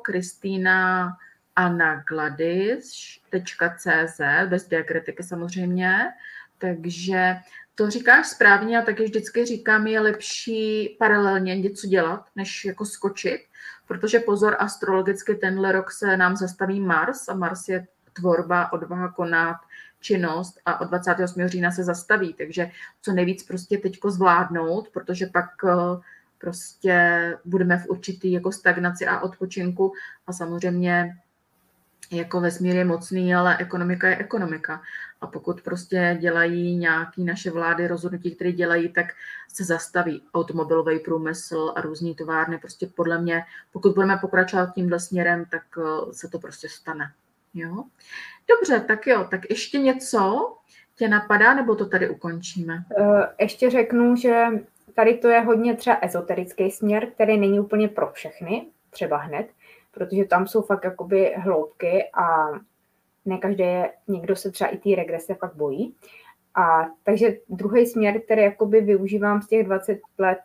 kristýnaanagladys.cz, bez diakritiky samozřejmě. Takže to říkáš správně a taky vždycky říkám, je lepší paralelně něco dělat, než jako skočit, protože pozor, astrologicky tenhle rok se nám zastaví Mars a Mars je tvorba, odvaha, konat, činnost a od 28. října se zastaví, takže co nejvíc prostě teďko zvládnout, protože pak prostě budeme v určitý jako stagnaci a odpočinku a samozřejmě jako vesmír je mocný, ale ekonomika je ekonomika. A pokud prostě dělají nějaký naše vlády rozhodnutí, které dělají, tak se zastaví automobilový průmysl a různý továrny. Prostě podle mě, pokud budeme pokračovat tímhle směrem, tak se to prostě stane. Jo? Dobře, tak jo, tak ještě něco tě napadá, nebo to tady ukončíme? Ještě řeknu, že tady to je hodně třeba ezoterický směr, který není úplně pro všechny, třeba hned, protože tam jsou fakt jakoby hloubky a ne každý někdo se třeba i té regrese fakt bojí. A takže druhý směr, který jakoby využívám z těch 20 let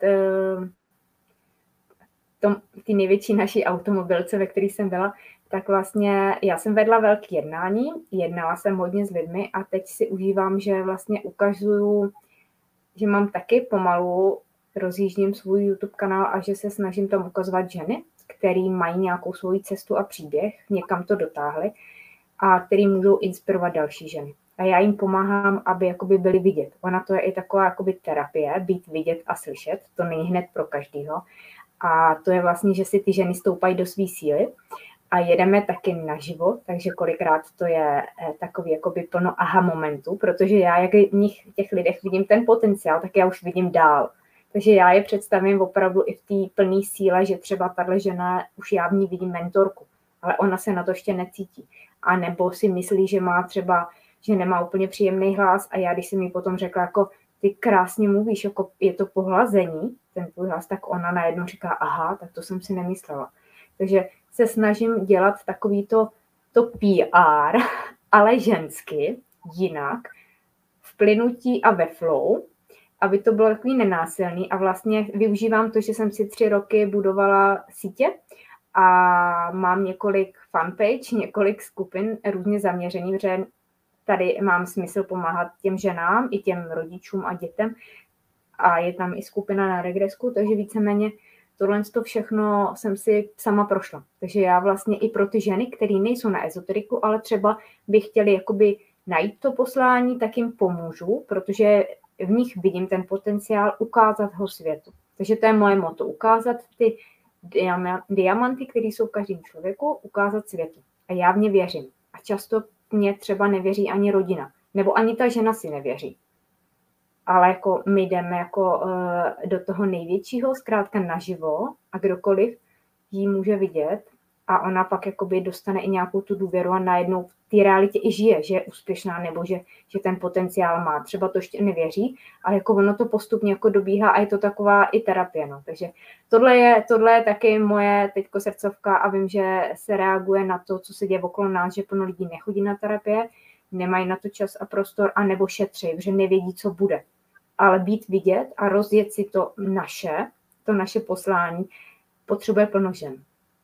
ty největší naší automobilce, ve které jsem byla, tak vlastně já jsem vedla velké jednání, jednala jsem hodně s lidmi a teď si užívám, že vlastně ukazuju, že mám taky pomalu, rozjíždím svůj YouTube kanál a že se snažím tam ukazovat ženy, který mají nějakou svoji cestu a příběh, někam to dotáhly a který můžou inspirovat další ženy. A já jim pomáhám, aby jakoby byly vidět. Ona to je i taková jakoby terapie, být vidět a slyšet, to není hned pro každýho. A to je vlastně, že si ty ženy stoupají do své síly a jedeme taky naživo, takže kolikrát to je takový jakoby plno aha momentu, protože já, jak v nich, těch lidech vidím ten potenciál, tak já už vidím dál. Takže já je představím opravdu i v té plné síle, že třeba tahle žena, už já v ní vidím mentorku, ale ona se na to ještě necítí. A nebo si myslí, že má třeba, že nemá úplně příjemný hlas a já, když jsem jí potom řekla, jako ty krásně mluvíš, jako je to pohlazení, ten tvůj hlas, tak ona najednou říká, aha, tak to jsem si nemyslela. Takže se snažím dělat takový to PR, ale žensky, jinak, v plynutí a ve flow, aby to bylo takový nenásilný a vlastně využívám to, že jsem si 3 roky budovala sítě a mám několik fanpage, několik skupin různě zaměřených, protože tady mám smysl pomáhat těm ženám i těm rodičům a dětem a je tam i skupina na regresku, takže víceméně tohle všechno jsem si sama prošla. Takže já vlastně i pro ty ženy, které nejsou na ezoteriku, ale třeba by chtěli jakoby najít to poslání, tak jim pomůžu, protože v nich vidím ten potenciál, ukázat ho světu. Takže to je moje motto, ukázat ty diamanty, které jsou v každém člověku, ukázat světu. A já v ně věřím. A často mě třeba nevěří ani rodina. Nebo ani ta žena si nevěří. Ale jako my jdeme jako do toho největšího, zkrátka naživo a kdokoliv ji může vidět a ona pak jakoby dostane i nějakou tu důvěru a najednou v té realitě i žije, že je úspěšná nebo že ten potenciál má. Třeba to ještě nevěří, ale jako ono to postupně jako dobíhá a je to taková i terapie. No. Takže tohle je taky moje teďko srdcovka a vím, že se reaguje na to, co se děje okolo nás, že plno lidí nechodí na terapie, nemají na to čas a prostor a nebo šetří, protože nevědí, co bude. Ale být vidět a rozjet si to naše poslání potřebuje plno žen.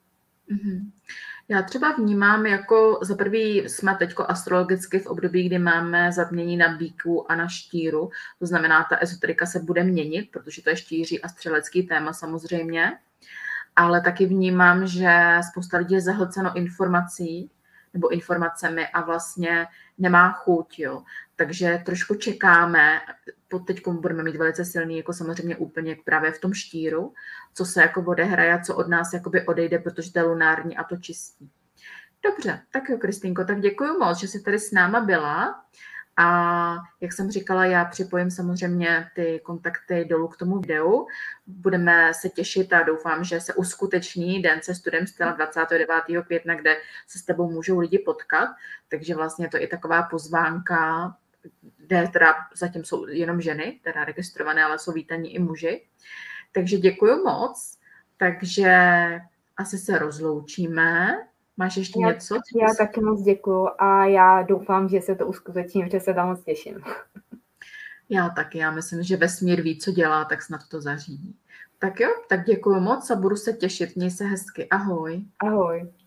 Já třeba vnímám jako za prvý jsme teďko astrologicky v období, kdy máme zatmění na Býku a na Štíru, to znamená, ta ezoterika se bude měnit, protože to je štíří a střelecký téma samozřejmě, ale taky vnímám, že spousta lidí je zahlceno informací nebo informacemi a vlastně nemá chuť, jo. Takže trošku čekáme, teď budeme mít velice silný, jako samozřejmě úplně právě v tom štíru, co se jako odehraje a co od nás jakoby odejde, protože to je lunární a to čistí. Dobře, tak jo, Kristýnko, tak děkuji moc, že jsi tady s náma byla. A jak jsem říkala, já připojím samozřejmě ty kontakty dolů k tomu videu. Budeme se těšit a doufám, že se uskuteční Den se studiem styla 29. května, kde se s tebou můžou lidi potkat. Takže vlastně je to i taková pozvánka, kde teda zatím jsou jenom ženy, teda registrované, ale jsou vítaní i muži. Takže děkuji moc. Takže asi se rozloučíme. Máš ještě něco? Já taky moc děkuju a já doufám, že se to uskuteční, protože se tam moc těším. Já taky, já myslím, že vesmír ví, co dělá, tak snad to zařídí. Tak jo, tak děkuji moc a budu se těšit. Měj se hezky. Ahoj. Ahoj.